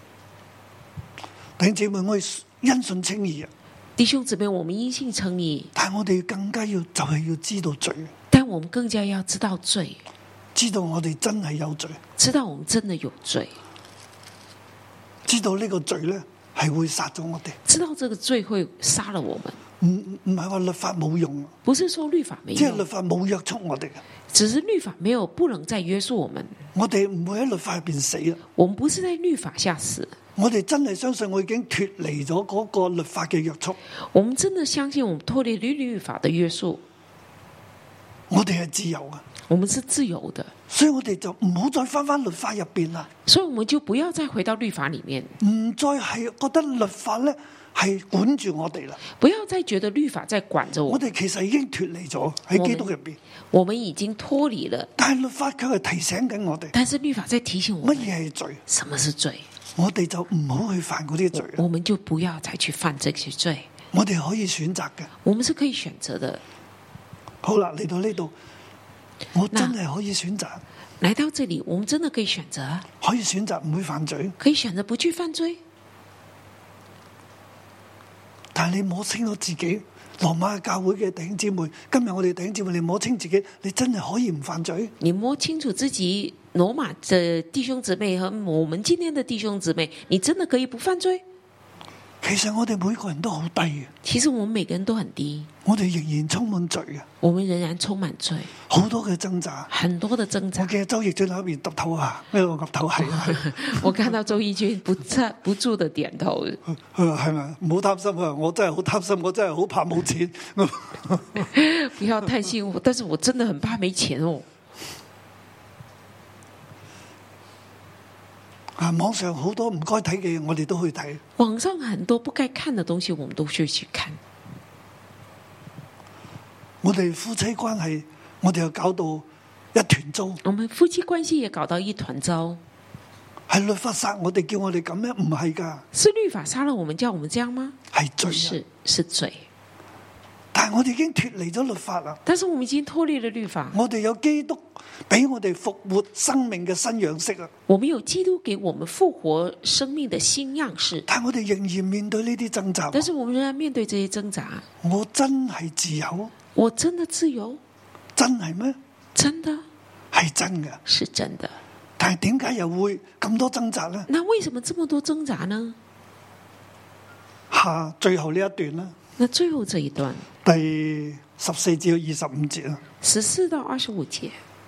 弟兄姊妹，我哋因信稱義啊！ 弟兄姊妹，我們因信稱義， 但係我哋更加要就係要知道罪， 但我們更加要知道罪， 知道我哋真係有罪， 知道我們真的有罪， 知道呢個罪咧係會殺咗我哋， 知道這個罪會殺了我們。 唔唔係話律法冇用， 不是說律法沒用， 即係律法冇約束我哋嘅， 只是律法沒有不能再約束我們。 我哋唔會喺律法入邊死啦。 我們不是在律法下死， 我哋真係相信我已經脫離咗嗰個律法嘅約束。 我們真的相信我們脫離律律法的約束。 我哋係自由嘅， 我們是自由的， 所以我哋就唔好再翻翻律法入邊啦。 所以我們就不要再回到律法裏面， 唔再係覺得律法咧係管住我哋啦。 不要再覺得律法在管着我。 我哋其實已經脫離咗喺基督入邊， 我們已經脫離了， 但係律法佢係提醒緊我哋， 但是律法在提醒我們乜嘢係罪？ 什麼是罪？ 我哋就唔好去犯嗰啲罪。 我們就不要再去犯這些罪。 我哋可以選擇嘅， 我們是可以選擇的。 好啦，嚟到呢度，我真係可以選擇。 來到這裡，我們真的可以選擇， 可以選擇唔會犯罪， 可以選擇不去犯罪。 但係你摸清咗自己，羅馬教會嘅弟兄姊妹，今日我哋弟兄姊妹，你摸清自己，你真係可以唔犯罪。 你摸清楚自己，羅馬的弟兄姊妹和我們今天的弟兄姊妹，你真的可以不犯罪。 其實我哋每個人都好低嘅， 其實我們每個人都很低， 我哋仍然充滿罪嘅， 我們仍然充滿罪， 好多嘅掙扎， 很多的掙扎。 我嘅周奕俊喺邊揼頭啊，呢個揼頭係啊， 我看到周奕俊不在不住的點頭， 佢話係咪？唔好擔心啊，我真係好擔心，我真係好怕冇錢。 不要擔心我，但是我真的很怕沒錢哦。 啊！網上好多唔該睇嘅嘢，我哋都去睇。 網上很多不該看的東西，我們都去去看。 我哋夫妻關係，我哋又搞到一團糟。 我們夫妻關係也搞到一團糟。 係律法殺我哋，叫我哋咁咩？唔係㗎。 是律法殺了我們，叫我們這樣嗎？ 係罪啊， 是是罪。 但係我哋已經脫離咗律法啦。 但是我們已經脫離了律法。 我哋有基督俾我哋復活生命嘅新樣式啊！ 我們有基督給我們復活生命的新樣式。 但係我哋仍然面對呢啲掙扎。 但是我們仍然面對這些掙扎。 我真係自由？ 我真的自由？ 真係咩？ 真的係真嘅， 是真的。 但係點解又會咁多掙扎呢？ 那為什麼這麼多掙扎呢？ 下最後呢一段啦。 那最後這一段， 第十四至二十五節啊， 十四到二十五節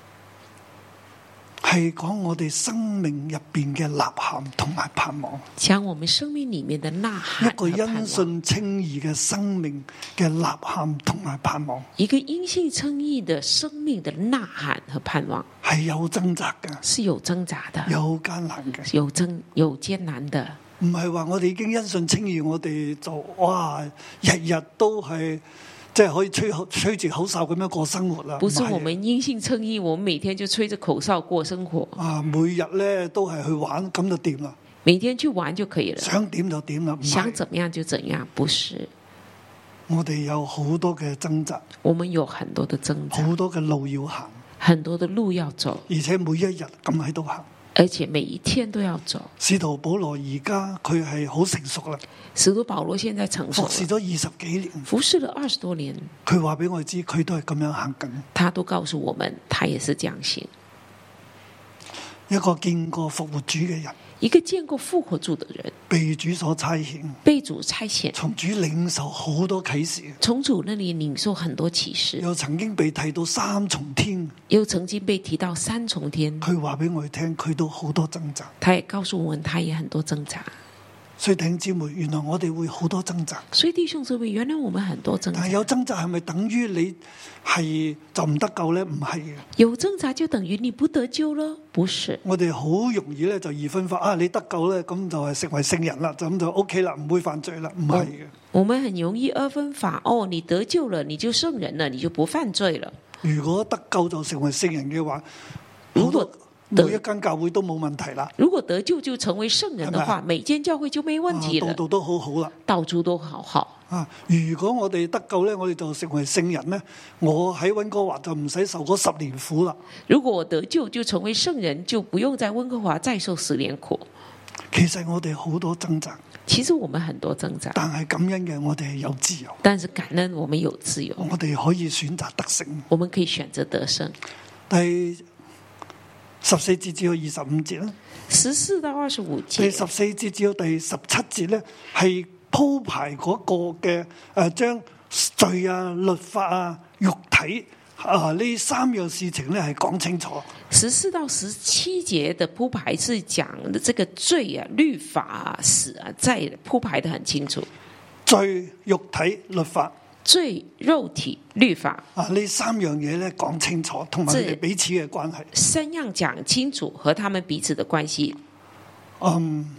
係講我哋生命入邊嘅吶喊同埋盼望， 講我們生命裏面的吶喊， 一個因信稱義嘅生命嘅吶喊同埋盼望， 一個因信稱義的生命的吶喊和盼望， 係有掙扎嘅， 是有掙扎的， 有艱難嘅， 有爭有艱難的。 唔係話我哋已經因信稱義，我哋就哇日日都係即係可以吹口吹住口哨咁樣過生活啦。 不是我們因信稱義，我們每天就吹着口哨過生活。 啊，每日咧都係去玩，咁就掂啦。 每天去玩就可以了， 想點就點啦。 想怎麼樣就怎樣，不是。 我哋有好多嘅掙扎， 我們有很多的掙扎， 好多嘅路要行， 很多的路要走， 而且每一日咁喺度行。 而且每一天都要走。 使徒保羅而家佢係好成熟啦。 使徒保羅現在成熟， 服侍咗二十幾年， 服侍了二十多年。 佢話俾我哋知，佢都係咁樣行緊。 他都告訴我們，他也是這樣行。 一個見過復活主嘅人， 一個見過復活主的人， 被主所差遣， 被主差遣， 從主領受好多啟示， 從主那裏領受很多啟示， 又曾經被提到三重天， 又曾經被提到三重天。 佢話俾我哋聽，佢都好多掙扎。 他也告訴我們，他也很多掙扎。 所以弟兄姊妹，原來我哋會好多掙扎。 所以弟兄姊妹，原來我們很多掙扎。 但係有掙扎係咪等於你係就唔得救呢？唔係嘅。 有掙扎就等於你不得救了？不是。 我哋好容易咧就二分法啊！你得救咧，咁就係成為聖人啦，咁就 OK 啦，唔會犯罪啦。唔係嘅。 我們很容易二分法，哦，你得救了，你就聖人了，你就不犯罪了。 如果得救就成為聖人嘅話，如果每一間教會都冇問題啦。 如果得救就成為聖人的話，每間教會就沒問題了。 度度都好好啦， 到處都好好。 啊！如果我哋得救咧，我哋就成為聖人咧，我喺溫哥華就唔使受嗰十年苦啦。 如果我得救就成為聖人，就不用在溫哥華再受十年苦。 其實我哋好多掙扎， 其實我們很多掙扎， 但係感恩嘅我哋係有自由。 但是感恩我們有自由， 我哋可以選擇得勝， 我們可以選擇得勝。 第十四節至到二十五節啦， 十四到二十五節， 第十四節至到第十七節咧，係鋪排嗰個嘅誒，將罪啊、律法啊、肉體啊呢三樣事情咧係講清楚。 十四到十七節的鋪排是講的這個罪啊、律法啊、死啊，在鋪排得很清楚。 罪、肉體、律法。 罪、肉體、律法啊！呢三樣嘢咧講清楚，同埋佢哋彼此嘅關係。 三樣講清楚和他們彼此的關係。 嗯，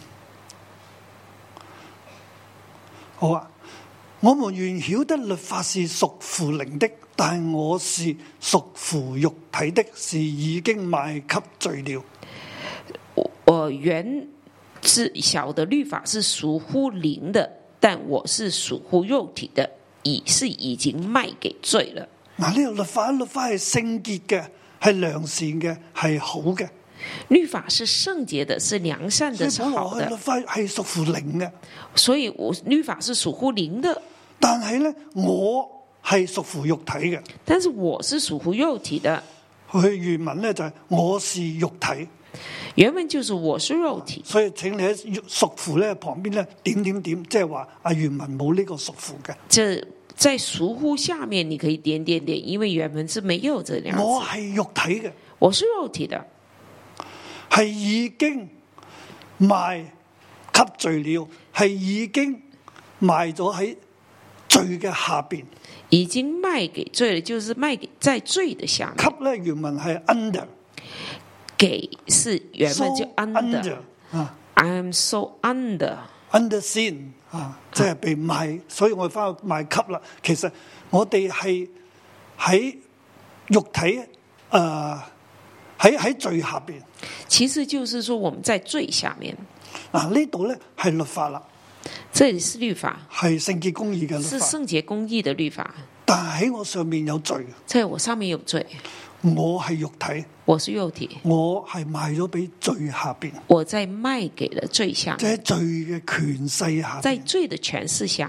好啊！我們原曉得律法是屬乎靈的，但我是屬乎肉體的，是已經賣給罪了。 我原是小的律法是屬乎靈的，但我是屬乎肉體的，已是已經賣給罪了。 嗱，呢個律法，律法係聖潔嘅，係良善嘅，係好嘅。 律法是聖潔的，是良善的，是好的。 律法係屬乎靈嘅， 所以我律法是屬乎靈的。 但係咧，我係屬乎肉體嘅。 但是我是屬乎肉體的。 佢原文咧就係我是肉體， 原文就是我是肉體。 所以請你喺屬乎咧旁邊咧點點點，即係話啊原文冇呢個屬乎嘅。 這在屬乎下面你可以點點點，因為原文是沒有這兩個字。 我係肉體嘅， 我是肉體的。 係已經賣給罪了，係已經賣咗喺罪嘅下邊， 已經賣給罪了，就是賣給在罪的下面。 給咧原文係 under， 給是原文就 under， so under 啊 I am so under under sin 啊，即係被賣，所以我翻去賣給啦。其實我哋係喺肉體誒。呃喺喺罪下邊， 其實就是說我們在罪下面。 嗱呢度咧係律法啦， 這裏是律法， 係聖潔公義嘅律法， 是聖潔公義的律法。 但係喺我上面有罪， 在我上面有罪， 我係肉體， 我是肉體， 我係賣咗俾罪下邊， 我在賣給了罪下面， 即係罪嘅權勢下， 在罪的權勢下，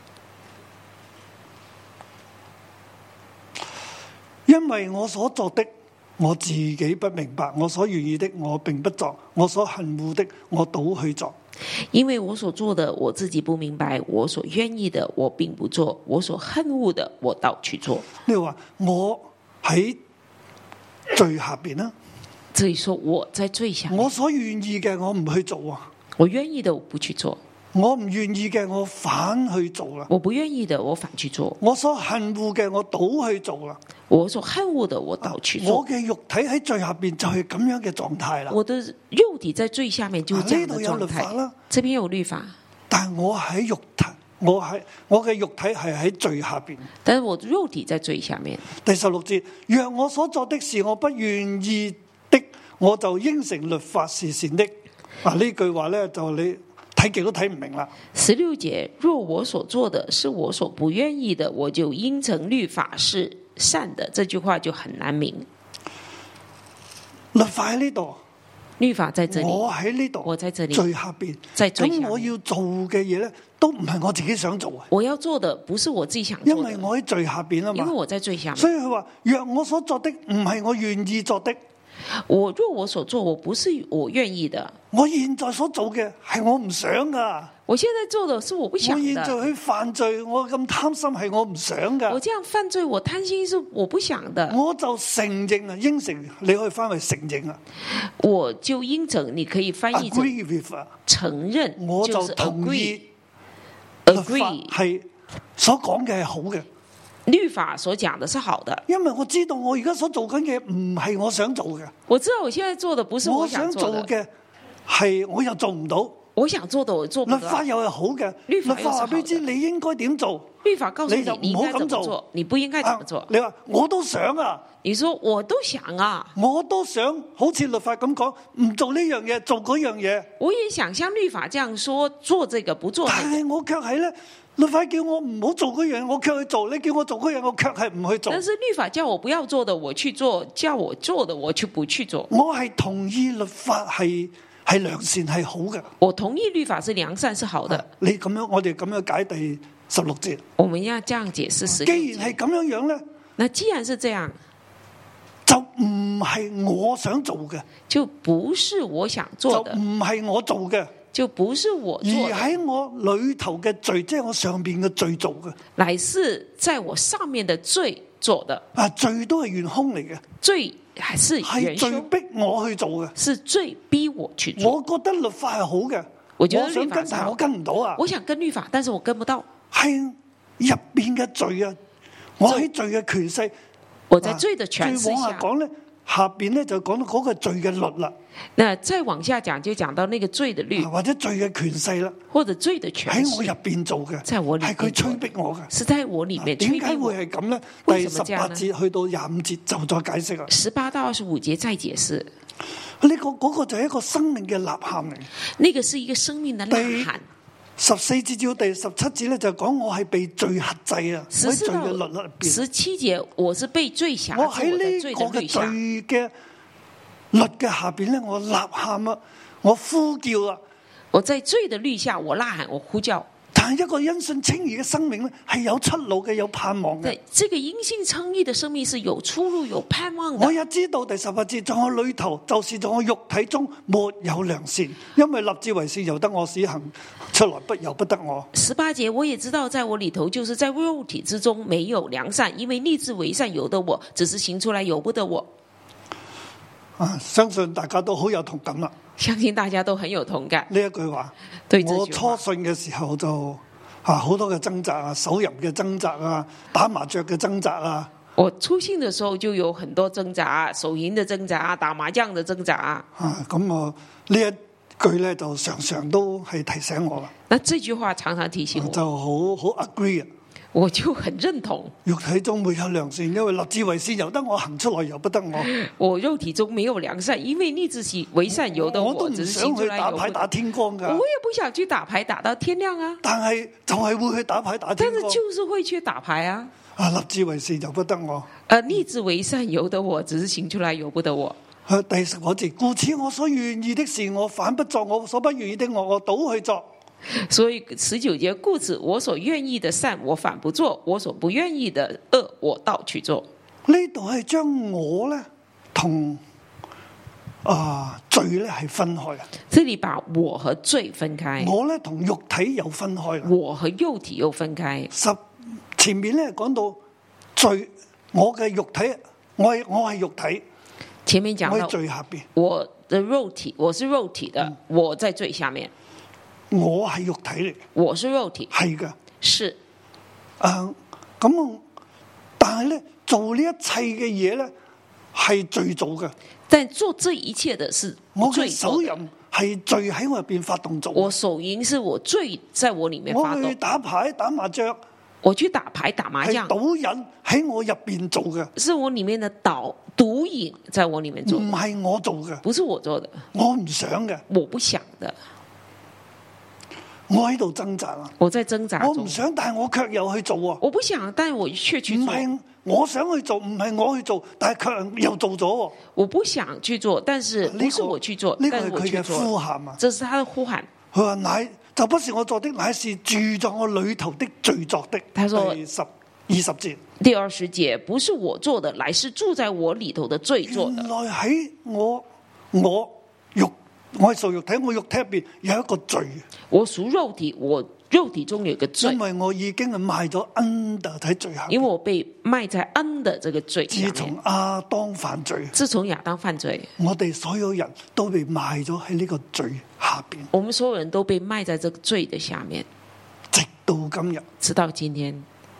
因為我所作的。我自己不明白，我所願意的我並不做，我所恨惡的我倒去做。 因為我所做的我自己不明白，我所願意的我並不做，我所恨惡的我倒去做。 你話我喺罪下邊啦， 這裏說我在罪下面， 我所願意嘅我唔去做啊， 我願意的我不去做。 我唔願意嘅，我反去做啦。 我不願意的，我反去做。 我所恨惡嘅，我倒去做啦。 我所恨惡的，我倒去做。 我嘅肉體喺罪下邊就係咁樣嘅狀態啦。 我的肉體在罪下面就是這樣的狀態。呢度有律法啦，這邊有律法。 但係我喺肉體，我喺我嘅肉體係喺罪下邊。 但是我肉體在罪下面。 第十六節，若我所做的事我不願意的，我就應承律法是善的。嗱呢句話咧就你。睇極都睇唔明啦。 十六節，若我所做的是我所不願意的，我就應承律法是善的。這句話就很難明。 律法喺呢度， 律法在這裏， 我喺呢度， 我在這裏， 罪下邊， 在罪下面。 咁我要做嘅嘢咧，都唔係我自己想做啊。 我要做的不是我自己想做的， 因為我喺罪下邊啊嘛。 因為我在罪下面， 所以佢話：若我所做的唔係我願意做的。 我若我所做，我不是我願意的。 我現在所做嘅係我唔想噶。 我現在做的是我不想的。 我現在去犯罪，我咁貪心係我唔想噶。 我這樣犯罪，我貪心是我不想的。 我就承認啊，應承你可以翻去承認啊。 我就應承，你可以翻譯成承認。 我就同意。 agree 係所講嘅係好嘅。 律法所講的是好的， 因為我知道我而家所做緊嘅唔係我想做嘅。 我知道我現在做的不是我想做嘅，係我又做唔到。 我想做的我做不到。 律法又係好嘅， 律法話俾你知你應該點做。 律法告訴你你唔好咁做， 你不應該怎麼做。 你話我都想啊， 你說我都想啊， 我都想好似律法咁講，唔做呢樣嘢，做嗰樣嘢。 我也想像律法這樣說，做這個不做那個。 但係我卻係咧。律法叫我唔好做嗰樣，我卻去做；你叫我做嗰樣，我卻係唔去做。 但是律法叫我不要做的，我去做；叫我做的，我卻不去做。 我係同意律法係係良善係好嘅。 我同意律法是良善是好的。啊、 你咁樣，我哋咁樣解第十六節。 我們要這樣解釋十六節。 既然係咁樣樣咧， 那既然是這樣， 就唔係我想做嘅， 就不是我想做的， 就唔係我做嘅。 就不是我做的， 而喺我裏頭嘅罪，即係我上邊嘅罪做嘅， 乃是在我上面的罪做的。 啊，罪都係元凶嚟嘅， 罪還是元凶， 係罪逼我去做嘅， 是罪逼我去做。 我覺得律法係好嘅， 我覺得律法我想跟，但我跟唔到啊。 我想跟律法，但是我跟不到。 係入邊嘅罪啊，我喺罪嘅權勢， 我在罪的權勢下。 講咧， 下邊咧就講到嗰個罪嘅律啦， 那再往下講就講到那個罪的律， 或者罪嘅權勢啦， 或者罪的權喺我入勢， 邊做嘅， 在我裏係佢催逼我嘅。 是在我裏面催點解逼我會係咁咧？ 為第十什麼這樣呢八節去到廿五節就再解釋啦。 十八到二十五節再解釋， 呢、這個嗰、那個就係一個生命嘅吶喊嚟。 那個是一個生命的吶喊。 十四節至到第十七節咧，就講我係被罪轄制啊！我喺罪嘅律入邊。 十七節我是被罪轄制， 我喺呢個嘅罪嘅律嘅下邊咧，我吶喊啊，我呼叫啊！ 我在罪的律下，我吶喊，我呼叫。 但係一個因信稱義嘅生命咧，係有出路嘅，有盼望嘅。 對，這個因信稱義的生命是有出路、有盼望的。 我也知道第十八節，在我裏頭，就是在我肉體中沒有良善，因為立志為善由得我，使行出來不由不得我。 十八節我也知道，在我裏頭，就是在肉體之中沒有良善，因為立志為善由得我，只是行出來由不得我。 啊，相信大家都好有同感啦。 相信大家都很有同感。 呢一句話， 對這句話， 我初信嘅時候就啊好多嘅掙扎啊，手淫嘅掙扎啊，打麻雀嘅掙扎啊。 我初信嘅時候就有很多掙扎，手淫嘅掙扎，打麻將嘅掙扎。 啊，咁我呢一句咧就常常都係提醒我啦。 那這句話常常提醒我， 就好好 agree 啊。 我就很認同。 肉體中沒有良善，因為立志為善由得我，行出來由不得我。 我肉體中沒有良善，因為立志為善由得我， 我都唔想去打牌打天光噶。 我也不想去打牌打到天亮啊。 但係就係會去打牌打天光。 但是就是會去打牌啊。 啊，立志為善由不得我。 啊，立志為善由得我，只是行出來由不得我。 啊，第十九節，故此我所願意的事，我反不作；我所不願意的，我我倒去做。 所以十九節，故此我所願意的善我反不做，我所不願意的惡我倒去做。 呢度係將我咧同啊罪咧係分開啊。 這裏把我和罪分開， 我咧同肉體又分開啦。 我和肉體又分開。 十前面咧講到罪，我嘅肉體，我係我係肉體。 前面講到我喺罪下邊， 我的肉體，我是肉體的，嗯、我在罪下面。 我係肉體嚟， 我是肉體， 係噶， 是。 誒，咁，但係咧做呢一切嘅嘢咧係罪做嘅。 但做這一切的是我嘅手淫係罪喺我入邊發動做。 我手淫是我罪在我裏面發動。 我去打牌打麻雀， 我去打牌打麻將， 係賭癮喺我入邊做嘅， 是我裏面的賭賭癮在我裏面做， 唔係我做嘅， 不是我做的， 我唔想嘅， 我不想的。 我喺度掙扎啊！ 我在掙扎， 我唔想，但係我卻又去做啊！ 我不想，但係我卻去做。 唔係我想去做，唔係我去做，但係卻又做咗。我不想去做，但是不是我去做， 呢個係佢嘅呼喊啊！ 這是他的呼喊。 佢話乃就不是我做的，乃是住在我裏頭的罪作的。 他說第十二十節， 第二十節，不是我做的，乃是住在我裏頭的罪作的。 原來喺我我肉。我係屬肉體，我肉體入邊有一個罪。我屬肉體，我肉體中有一個罪。 因為我已經係賣咗 under 喺罪下。 因為我被賣在 under 這個罪下面。 自從亞當犯罪， 自從亞當犯罪， 我哋所有人都被賣咗喺呢個罪下邊。 我們所有人都被賣在這個罪的下面， 直到今日， 直到今天。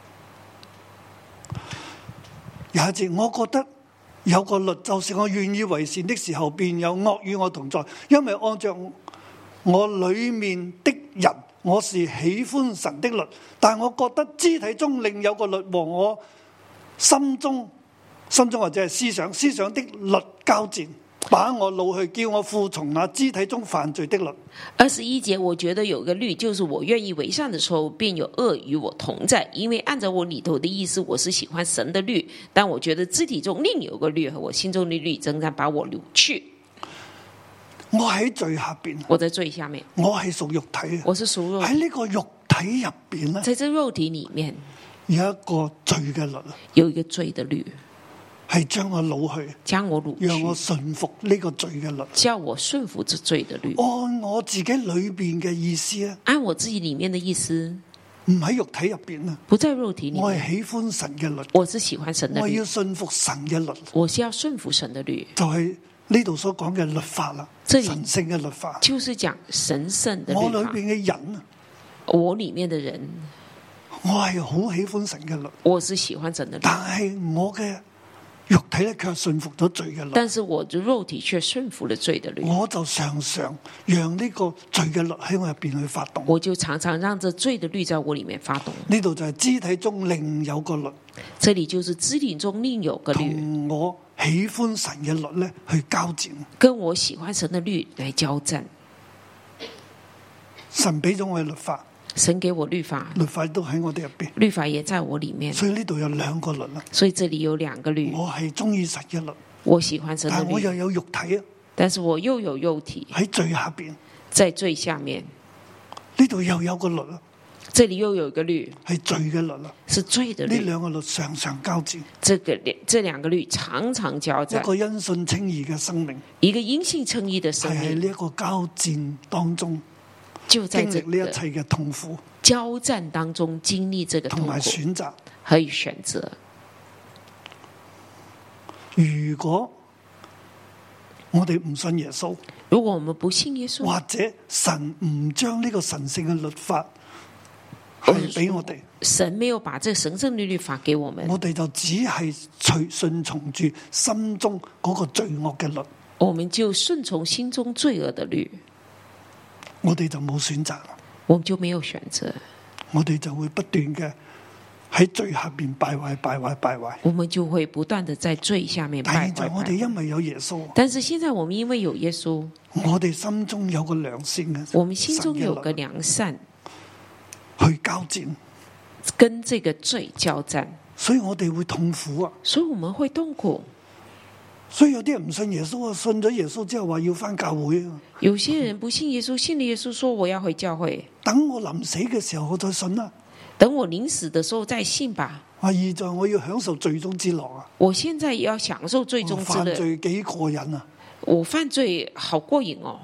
有一節，我覺得。有個律，就是我願意為善的時候，便有惡與我同在。因為按照我裏面的人，我是喜歡神的律，但我覺得肢體中另有個律和我心中、心中或者係思想、思想的律交戰，把我擄去，叫我服從那肢體中犯罪的律。 二十一節，我覺得有個律，就是我願意為善的時候，便有惡與我同在。因為按照我裏頭的意思，我是喜歡神的律，但我覺得肢體中另有個律和我心中的律爭戰，把我擄去。 我喺罪下邊， 我在罪下面， 我係屬肉體， 我是屬肉體。 喺呢個肉體入邊咧， 在這肉體裏面有一個罪嘅律， 有一個罪的律。 係將我擄去， 將我擄去， 讓我順服呢個罪嘅律， 叫我順服這罪的律。 按我自己裏邊嘅意思咧， 按我自己裏面的意思， 唔喺肉體入邊啊， 不在肉體裏面。 我係喜歡神嘅律， 我是喜歡神的律， 我要順服神嘅律， 我是要順服神的律， 就係呢度所講嘅律法啦，神聖嘅律法， 就是講神聖的律法。 我裏邊嘅人， 我裏面的人， 我係好喜歡神嘅律， 我是喜歡神的律， 但係我嘅肉體咧卻順服咗罪嘅律， 但是我的肉體卻順服了罪的律， 我就常常讓呢個罪嘅律喺我入邊去發動。 我就常常讓這罪的律在我裏面發動。 呢度就係肢體中另有個律， 這裡就是肢體中另有個律， 同我喜歡神嘅律咧去交戰， 跟我喜歡神的律來交戰。 神俾咗我嘅律法。 神給我律法， 律法都喺我哋入邊， 律法也在我裏面， 所以呢度有兩個律啦。 所以這裡有兩個律。 我係中意神嘅律， 我喜歡神的律， 但我又有肉體啊。 但是我又有肉體喺最下邊， 在最下面， 呢度又有個律啦。 這裡又有一個律係罪嘅律啦， 是罪的律。 呢兩個律常常交戰， 這個這兩個律常常交戰。 一個因信稱義嘅生命， 一個因信稱義的生係喺命， 呢一個交戰當中， 就在這經歷呢一切嘅痛苦。 交戰當中經歷這個痛苦， 同埋選擇， 可以選擇。 如果我哋唔信耶穌， 如果我們不信耶穌， 或者神唔將呢個神聖嘅律法係俾我哋， 神沒有把這神聖的律法給我們， 我哋就只係隨順從住心中嗰個罪惡嘅律， 我們就順從心中罪惡的律， 我哋就冇選擇啦。 我們就沒有選擇， 我哋就會不斷嘅喺罪下邊敗壞、敗壞、敗壞。 我們就會不斷的在罪下面敗壞。 但係我哋因為有耶穌， 但是現在我們因為有耶穌， 我哋心中有個良善嘅， 我們心中有個良善去交戰， 跟這個罪交戰， 所以我哋會痛苦啊！ 所以我們會痛苦。 所以有啲人唔信耶穌啊，信咗耶穌之後話要返教會啊。 有些人不信耶穌，信了耶穌說我要回教會。 等我臨死嘅時候我再信啦。 等我臨死的時候再信吧。 啊，現在我要享受罪中之樂啊！ 我現在也要享受罪中之樂。 犯罪幾過癮啊！ 我犯罪好過癮哦。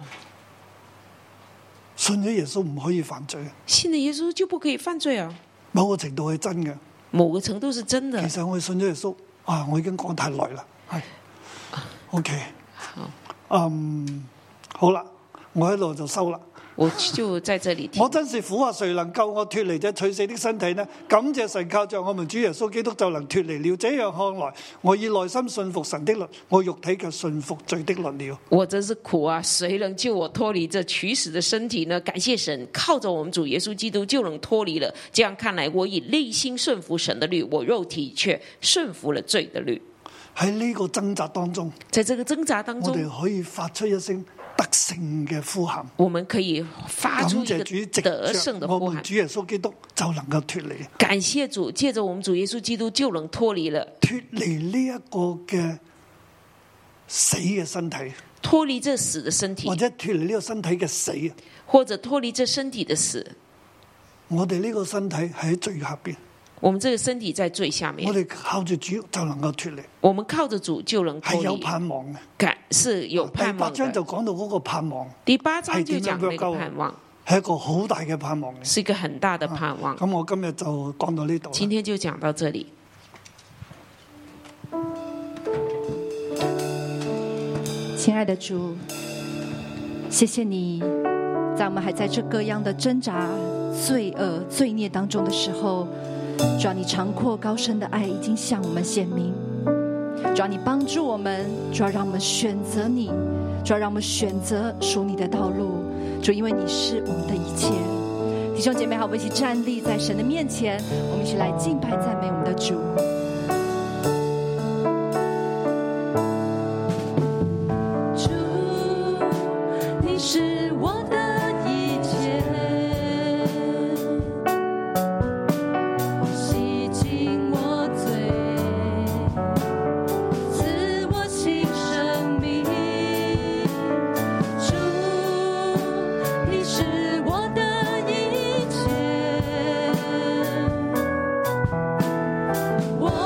信咗耶穌唔可以犯罪， 信了耶穌就不可以犯罪啊。 某個程度係真嘅， 某個程度是真的。 其實我哋信咗耶穌啊，我已經講太耐啦。係，OK， 好， 嗯，好啦，我喺度就收啦。 我就在這裡聽。 我真是苦啊！誰能救我脫離這取死的身體呢？感謝神，靠着我們主耶穌基督就能脫離了。這樣看來，我以內心信服神的律，我肉體卻信服罪的律了。 我真是苦啊！誰能救我脫離這取死的身體呢？感謝神，靠着我們主耶穌基督就能脫離了。這樣看來，我以內心順服神的律，我肉體卻順服了罪的律。 喺呢個掙扎當中， 在這個掙扎當中， 我哋可以發出一聲得勝嘅呼喊。 我們可以發出一個得勝的呼喊。 我們主耶穌基督就能夠脫離。 感謝主，借着我們主耶穌基督就能脫離了。 脫離呢一個嘅死嘅身體， 脫離這死的身體， 或者脫離呢個身體嘅死， 或者脫離這身體的死。 我哋呢個身體係喺最下邊。 我們這個身體在最下面， 我哋靠住主就能夠脫離。 我們靠着主就能脫離， 係有盼望嘅， 感是有盼望。 第八章就講到嗰個盼望， 第八章就講那個盼望， 係一個好大嘅盼望嘅， 是一個很大的盼望。 咁、啊、我今日就講到呢度， 今天就講到這裡。 親愛的主，謝謝你，在我們還在這各樣的掙扎、罪惡、罪孽當中的時候，主啊，你長闊高深的愛已經向我們顯明。主啊，你幫助我們，主啊，讓我們選擇你，主啊，讓我們選擇屬你的道路。主，因為你是我們的一切。弟兄姐妹好，我們一起站立在神的面前，我們一起來敬拜讚美我們的主。 我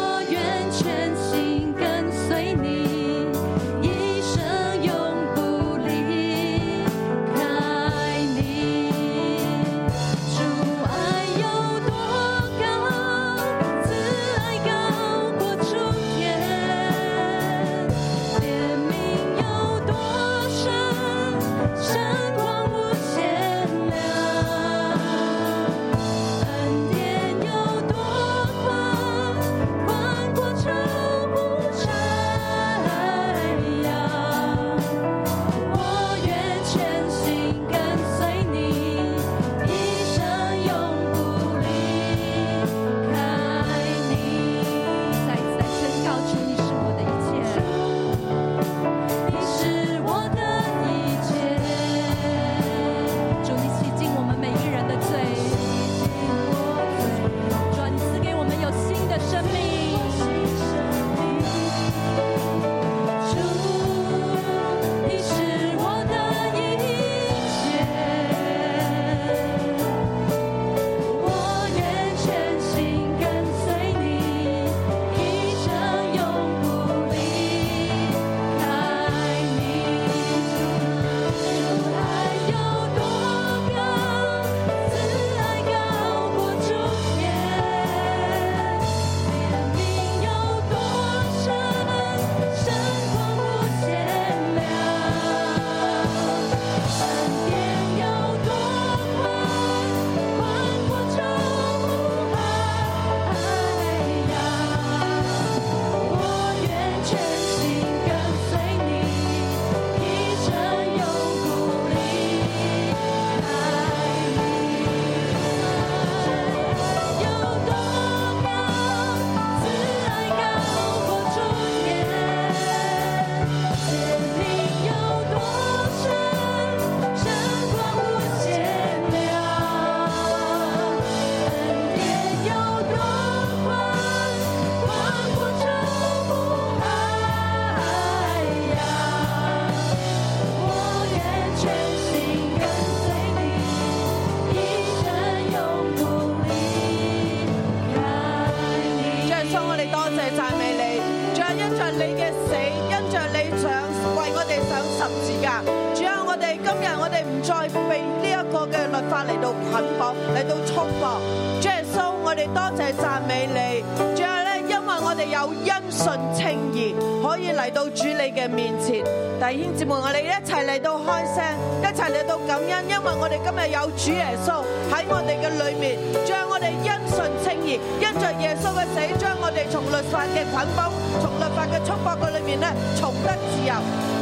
字架。主啊，我哋今日我哋唔再被呢一個嘅律法嚟到捆綁，嚟到束縛。主耶穌，我哋多謝讚美你。主啊咧，因為我哋有因信稱義，可以嚟到主你嘅面前。弟兄姊妹，我哋一齊嚟到開聲，一齊嚟到感恩，因為我哋今日有主耶穌喺我哋嘅裏面。主啊，我哋因信稱義，因着耶穌嘅死，將我哋從律法嘅捆綁、從律法嘅束縛嘅裏面咧，重得自由。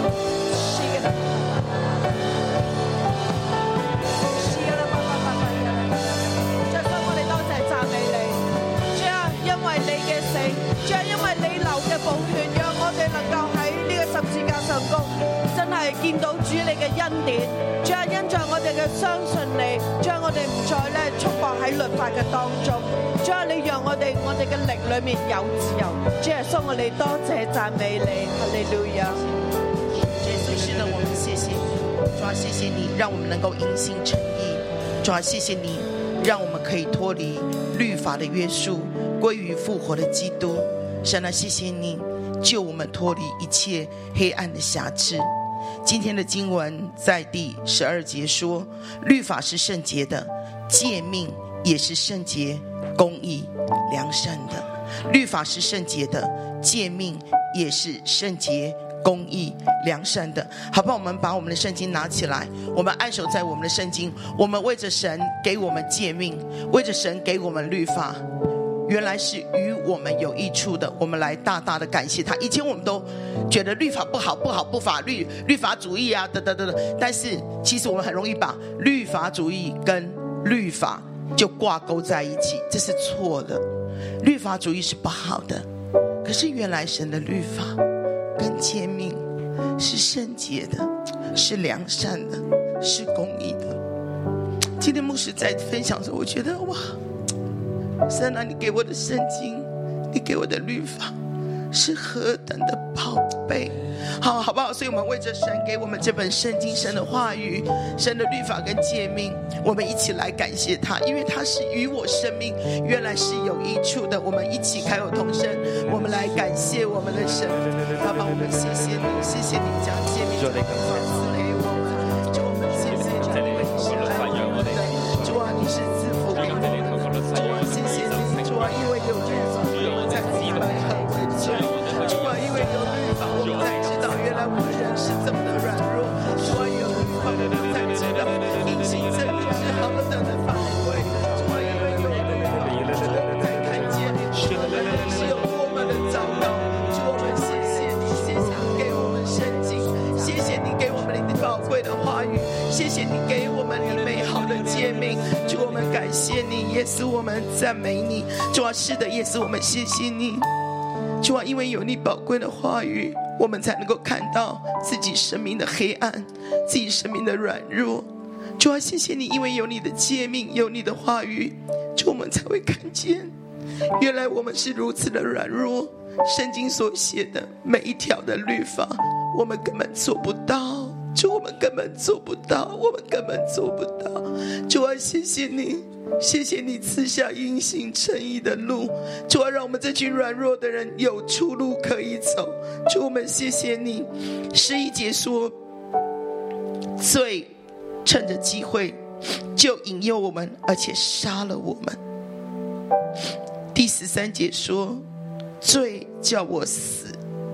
主啊，因為你流嘅寶血，讓我哋能夠喺呢個十字架上高，真係見到主你嘅恩典。主啊，因着我哋嘅相信你，將我哋唔再咧束縛喺律法嘅當中。主啊，你讓我哋我哋嘅靈裏面有自由。主耶穌，我哋多謝讚美你，哈利路亞。 耶穌，是的，我們謝謝你。主啊，謝謝你，讓我們能夠因信稱義。主啊，謝謝你，讓我們可以脫離律法的約束，歸於復活的基督。神啊，謝謝你救我們脫離一切黑暗的轄制。今天的經文在第十二節說，律法是聖潔的，誡命也是聖潔、公義、良善的。律法是聖潔的，誡命也是聖潔、公義、良善的。好不好？我們把我們的聖經拿起來，我們按手在我們的聖經，我們為着神給我們誡命，為着神給我們律法，原來是與我們有益處的，我們來大大的感謝他。以前我們都覺得律法不好不好不法律律法主義啊等等等等，但是其實我們很容易把律法主義跟律法就掛鈎在一起，這是錯的。律法主義是不好的，可是原來神的律法跟誡命是聖潔的，是良善的，是公義的。今天牧師在分享的時候，我覺得哇，神啊，你給我的聖經，你給我的律法是何等的寶貝。好好不好？所以我們為着神給我們這本聖經，神的話語，神的律法跟誡命，我們一起來感謝他，因為他是與我生命原來是有益處的。我們一起開口同聲，我們來感謝我們的神。爸爸，我們謝謝你，謝謝你將誡命這個法賜給我們，主，我們謝謝你，是愛我們的主啊，你是賜福給我們的主啊，謝謝你，主啊，因為有律法，我們才明白很為罪。主啊，因為有律法，我們才知道原來我們人是這麼的軟弱。主啊，有律法，我們才知道因信稱義是何等的寶貴。主啊，因為有律法，我們才看見我們人是有多麼的糟糕。主，我們謝謝你，謝謝你給我們聖經，謝謝你給我們你的寶貴的話語，謝謝你給我們你美好的誡命。主，我們感謝你，耶穌，我們讚美你。主啊，是的，耶穌，我們謝謝你。主啊，因為有你寶貴的話語，我們才能夠看到自己生命的黑暗，自己生命的軟弱。主啊，謝謝你，因為有你的誡命，有你的話語，主，我們才會看見原來我們是如此的軟弱。聖經所寫的每一條的律法，我們根本做不到。主，我們根本做不到，我們根本做不到。主啊，謝謝你，謝謝你賜下因信稱義的路。主啊，讓我們這群軟弱的人有出路可以走。主，我們謝謝你。十一節說，罪趁着機會就引誘我們，而且殺了我們。第十三節說，罪叫我死，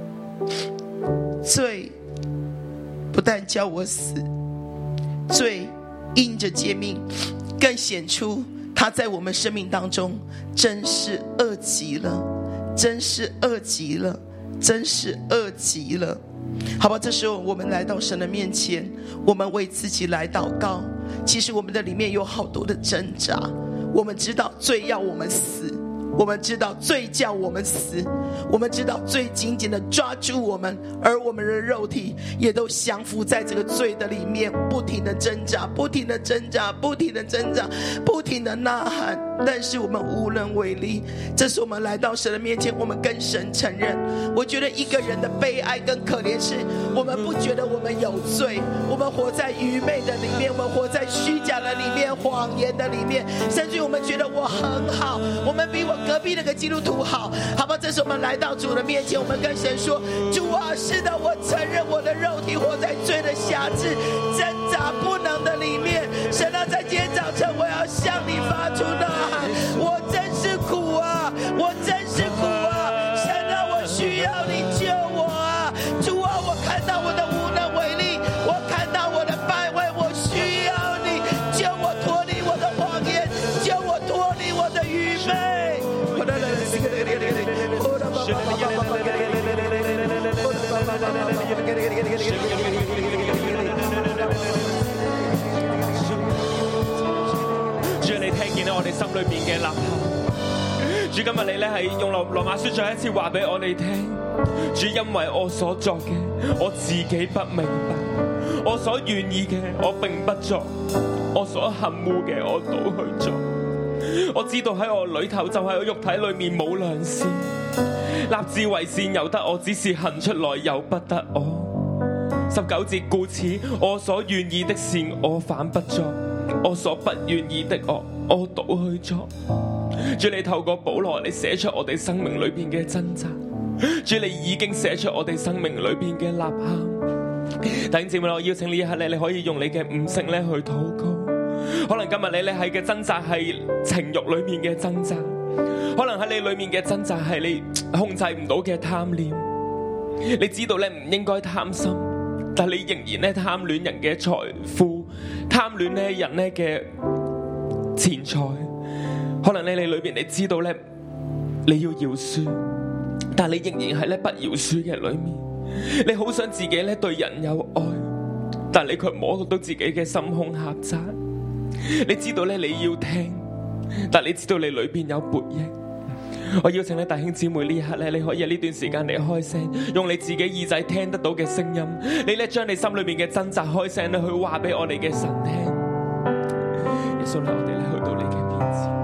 罪不但叫我死，罪因着誡命更顯出他在我們生命當中真是惡極了，真是惡極了，真是惡極了。好吧，這時候我們來到神的面前，我們為自己來禱告。其實我們的裡面有好多的掙扎，我們知道罪要我們死，我們知道罪叫我們死，我們知道罪緊緊的抓住我們，而我們的肉體也都降服在這個罪的裡面，不停的掙扎，不停的掙扎，不停的掙扎，不停的吶喊，但是我們無能為力。這是我們來到神的面前，我們跟神承認。我覺得一個人的悲哀跟可憐是，我們不覺得我們有罪，我們活在愚昧的裡面，我們活在虛假的裡面，謊言的裡面，甚至我們覺得我很好，我們比我隔壁那个基督徒好，好不好？这是我们来到主的面前，我们跟神说：主啊，是的，我承认我的肉体活在罪的辖制、挣扎不能的里面。神啊，在今天早晨，我要向你发出呐喊，我真是苦啊，我真是苦啊！神啊，我需要你救我啊！主啊，我看到我的无能为力，我看到我的败坏，我需要你救我脱离我的谎言，救我脱离我的愚昧。 主，你聽見咧我哋心裏邊嘅吶喊。主，今日你咧係用羅羅馬書再一次話俾我哋聽。主，因為我所作嘅，我自己不明白；我所願意嘅，我並不作；我所恨惡嘅，我倒去做。我知道喺我裏頭，就喺我肉體裏面冇良善，立志為善由得我，只是行出來由不得我。十九節，故此我所願意的善，我反不作；我所不願意的惡，我倒去做。主，你透過保羅，你寫出我哋生命裏邊嘅掙扎。主，你已經寫出我哋生命裏邊嘅吶喊。弟兄姊妹，我邀請呢一刻咧，你可以用你嘅悟性咧去禱告。可能今日你咧係嘅掙扎係情慾裏面嘅掙扎，可能喺你裏面嘅掙扎係你控制唔到嘅貪念。你知道咧唔應該貪心，但你仍然咧貪戀人嘅財富，貪戀咧人咧嘅錢財。可能咧你裏邊你知道咧你要饒恕，但你仍然係咧不饒恕嘅裏面。你好想自己咧對人有愛，但你卻摸到自己嘅心胸狹窄。你知道咧你要聽，但你知道你裏邊有悖逆。我邀請咧弟兄姊妹呢一刻咧，你可以喺呢段時間嚟開聲，用你自己耳仔聽得到嘅聲音，你咧將你心裏面嘅掙扎開聲咧去話俾我哋嘅神聽。耶穌咧，我哋咧去到你嘅面前。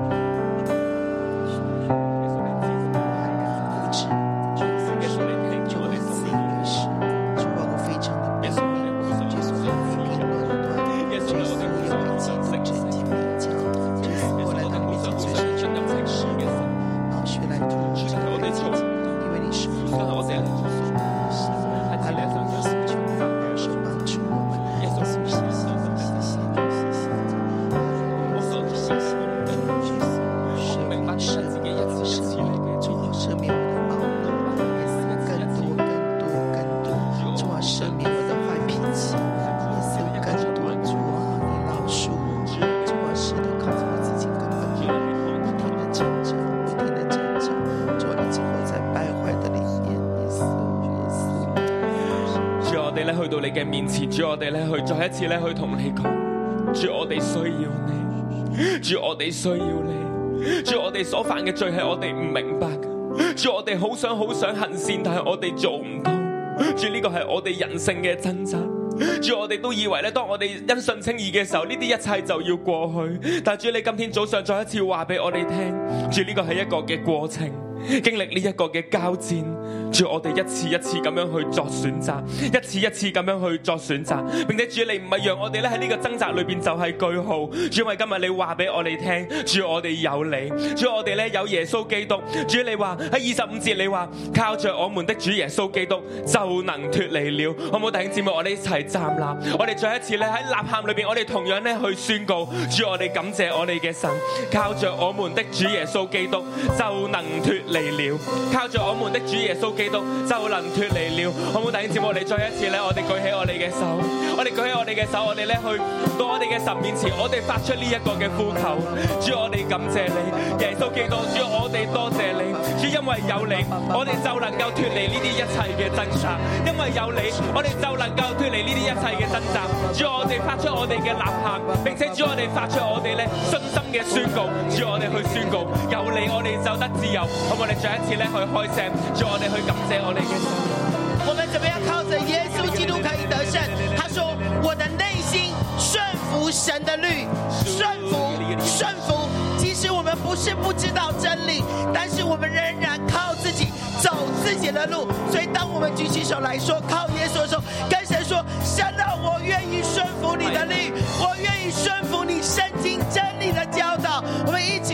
主，我哋咧去再一次咧去同你講，主，我哋需要你，主，我哋需要你，主，我哋所犯嘅罪係我哋唔明白嘅，主，我哋好想好想行善，但係我哋做唔到，主，呢個係我哋人性嘅掙扎。主，我哋都以為咧，當我哋因信稱義嘅時候，呢啲一切就要過去。但主，你今天早上再一次話俾我哋聽，主，呢個係一個嘅過程，經歷呢一個嘅交戰。主，我哋一次一次咁樣去作選擇，一次一次咁樣去作選擇，並且主，你唔係讓我哋咧喺呢個掙扎裏邊就係句號。主，因為今日你話俾我哋聽，主，我哋有你，主，我哋咧有耶穌基督。主，你話喺二十五節，你話靠着我們的主耶穌基督就能脫離了。好唔好，弟兄姊妹，我哋一齊站立，我哋再一次咧喺吶喊裏邊，我哋同樣咧去宣告，主，我哋感謝我哋嘅神，靠着我們的主耶穌基督就能脫離了，靠着我們的主耶穌基督基督就能脫離了。好唔好，弟兄姊妹，我哋再一次咧，我哋舉起我哋嘅手，我哋舉起我哋嘅手，我哋咧去到我哋嘅神面前，我哋發出呢一個嘅呼求。主，我哋感謝你，耶穌基督。主，我哋多謝你。主，因為有你，我哋就能夠脫離呢啲一切嘅掙扎。因為有你，我哋就能夠脫離呢啲一切嘅掙扎。主，我哋發出我哋嘅吶喊，並且主，我哋發出我哋咧信心嘅宣告。主，我哋去宣告，有你，我哋就得自由。好，我哋再一次咧去開聲。主，我哋去感謝我哋嘅神。 我們怎麼樣靠着耶穌基督可以得勝？他說：我的內心順服神的律，順服，順服。其實我們不是不知道真理，但是我們仍然靠自己走自己的路。所以當我們舉起手來說靠耶穌的時候，跟神說：神啊，我願意順服你的律，我願意順服你聖經真理的教導。我們一起看到同時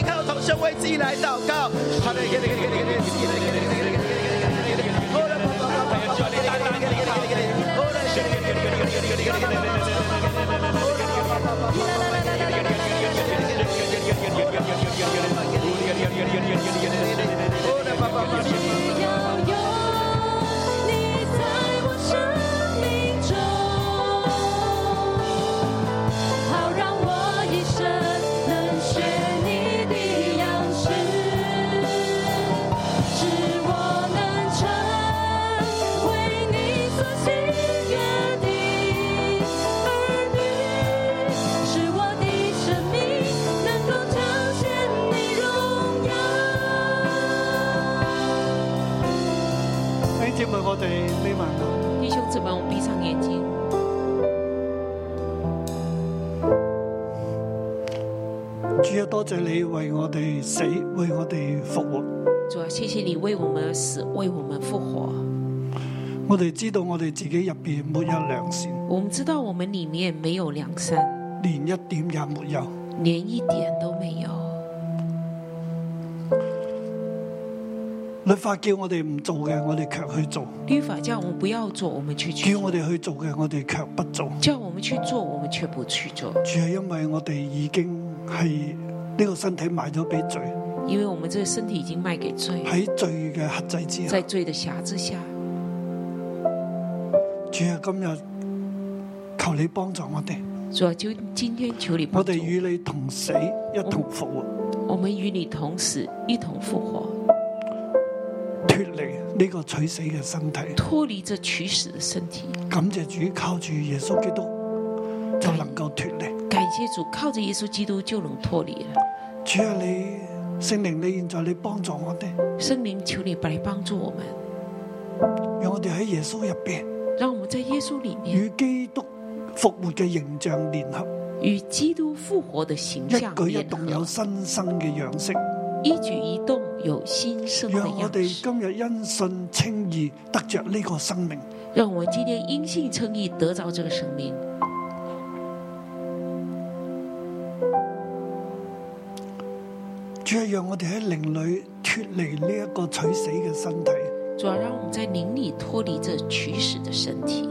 生为自己来祷告。 我哋眯埋眼， 弟兄姊妹，我们闭上眼睛。 主啊，多謝你為我哋死，為我哋復活。 主啊，謝謝你為我們而死，為我們復活。 我哋知道我哋自己入邊沒有良善， 我們知道我們裏面沒有良善， 連一點也沒有， 連一點都沒有。 律法叫我哋唔做嘅，我哋卻去做； 律法叫我們不要做，我們去做； 叫我哋去做嘅，我哋卻不做。 叫我們去做，我們卻不去做。 主係因為我哋已經係呢個身體賣咗俾罪， 因為我們這個身體已經賣給罪， 喺罪嘅轄制之下， 在罪的轄制下。 主啊，今日求你幫助我哋。 主啊，就今天求你幫助我哋與你同死，一同復活。 我們與你同死，一同復活。 脫離呢個取死嘅身體， 脫離這取死嘅身體。 感謝主，靠住耶穌基督就能夠脫離。 感謝主，靠着耶穌基督就能脫離了。 主啊，你聖靈，你現在你幫助我哋。 聖靈，求你來幫助我們， 讓我哋喺耶穌入邊， 讓我們在耶穌裏面與基督復活嘅形象聯合， 與基督復活的形象一舉一動有新生嘅樣式。 一舉一動有新生的樣式。 讓我哋今日因信稱義得着呢個生命。 讓我們今天因信稱義得着這個生命。 主要讓我哋喺靈裏脫離呢一個取死嘅身體。 主要讓我們在靈裏脫離這取死的身體。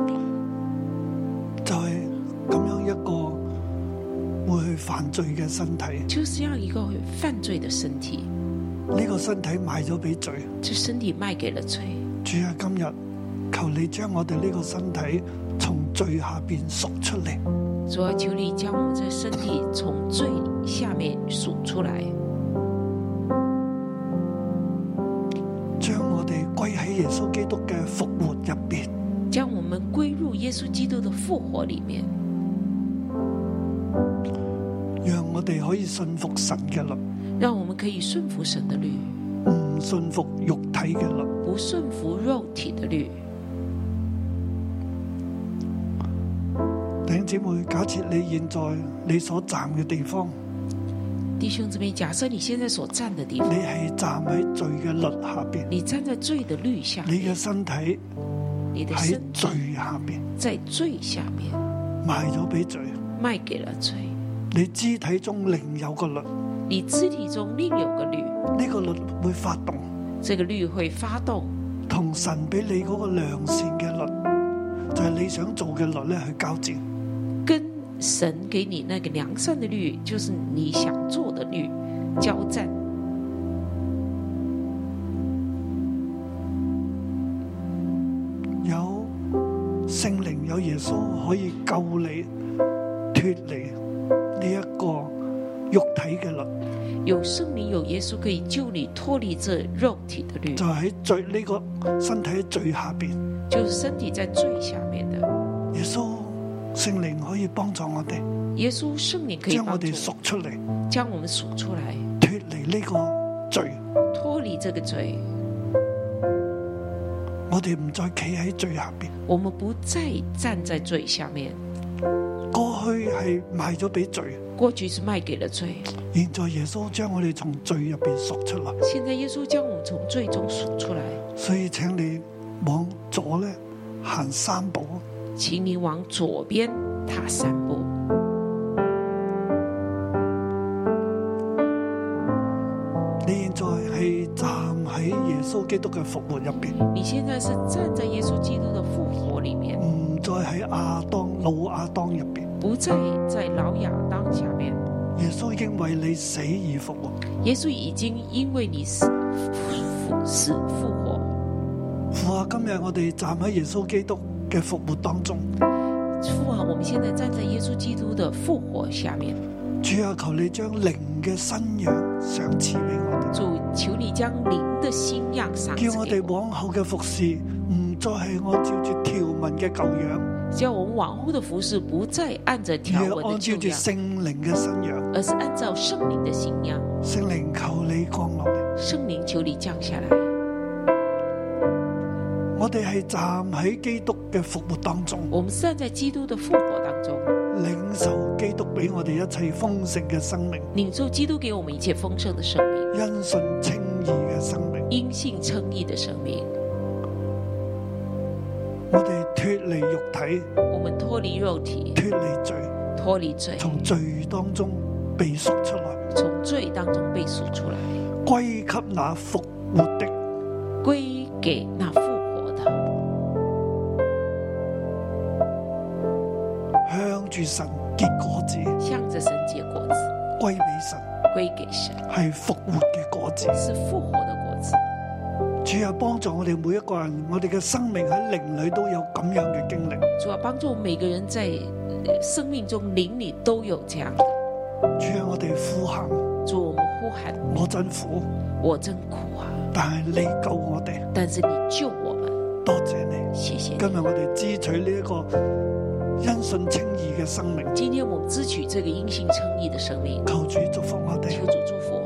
就係咁樣一個會去犯罪嘅身體， 就是要一個會犯罪的身體。 呢個身體賣咗俾罪， 這身體賣給了罪。 主啊，今日求你將我哋呢個身體從罪下邊贖出嚟。 主啊，求你將我們這身體從罪下面贖出來， 將我哋歸喺耶穌基督嘅復活入邊。 將我們歸入耶穌基督的復活裏面， 讓我哋可以信服神嘅律， 讓我們可以順服神的律， 唔信服肉體嘅律， 不順服肉體的律。 弟兄姊妹，假設你現在你所站嘅地方， 弟兄姊妹，假設你現在所站的地方， 你係站喺罪嘅律下邊， 你站在罪的律下面， 你嘅身體你的喺身體罪下邊， 在罪下面賣咗俾罪， 賣給了罪。 你肢體中另有個律， 你肢體中另有個律， 呢個律會發動， 這個律會發動， 同神俾你嗰個良善嘅律，就係你想做嘅律咧去交戰， 跟神給你那個良善的律，就是你想做的律交戰。 有聖靈有耶穌可以救你脫離呢一個肉體嘅律， 有聖靈有耶穌可以救你脫離這肉體的律， 就喺罪呢個身體喺罪下邊， 就是身體在罪下面的。 耶穌聖靈可以幫助我哋， 耶穌聖靈可以將我哋幫助贖出嚟， 將我們贖出來， 脫離呢個罪， 脫離這個罪。 我哋唔再企喺罪下邊， 我們不再站在罪下面。 過去係賣咗俾罪， 過去是賣給了罪， 現在耶穌將我哋從罪入邊贖出嚟。 現在耶穌將我們從罪中贖出來， 所以請你往左咧行三步， 請你往左邊踏三步。 穌基督嘅復活入邊， 你現在是站在耶穌基督的復活裡面， 唔再喺亞當老亞當入邊。 不再在老亞當下面。 耶穌已經為你死而復活。 耶穌已經因為你死死復活。 父啊，今日我哋站喺耶穌基督嘅復活當中。 父啊，我們現在站在耶穌基督的復活下面。 主啊，求你將靈嘅新樣賞賜俾我哋。 主，求你將靈的新樣賞賜給我。 叫我哋往後嘅服侍唔再係按照住條文嘅舊樣。 叫我們往後的服侍不再按着條文的舊樣， 而按照住聖靈嘅新樣， 而是按照聖靈的新樣。 聖靈求你降落嚟， 聖靈求你降下來。 我哋係站喺基督嘅復活當中， 我們站在基督的復活當中， 領受基督俾我哋一切豐盛嘅生命， 領受基督給我們一切豐盛的生命， 因信稱義嘅生命， 因信稱義的生命。 我哋脫離肉體， 我們脫離肉體， 脫離罪， 脫離罪， 從罪當中被贖出來， 從罪當中被贖出來， 歸給那復活的， 歸給那復活的， 向住神結果子， 向着神結果子， 歸俾神， 歸給神， 係復活嘅果子， 是復活的果子。 主啊，幫助我哋每一個人，我哋嘅生命喺靈裏都有咁樣嘅經歷。 主啊，幫助每個人在生命中靈裏都有這樣的。 主啊，我哋呼喊， 主，我們呼喊， 我真苦， 我真苦啊！ 但係你救我哋， 但是你救我們， 多謝你， 謝謝你。 今日我哋支取呢一個因信稱義嘅生命。 今天我們支取這個因信稱義的生命。 求主祝福我哋， 求主祝福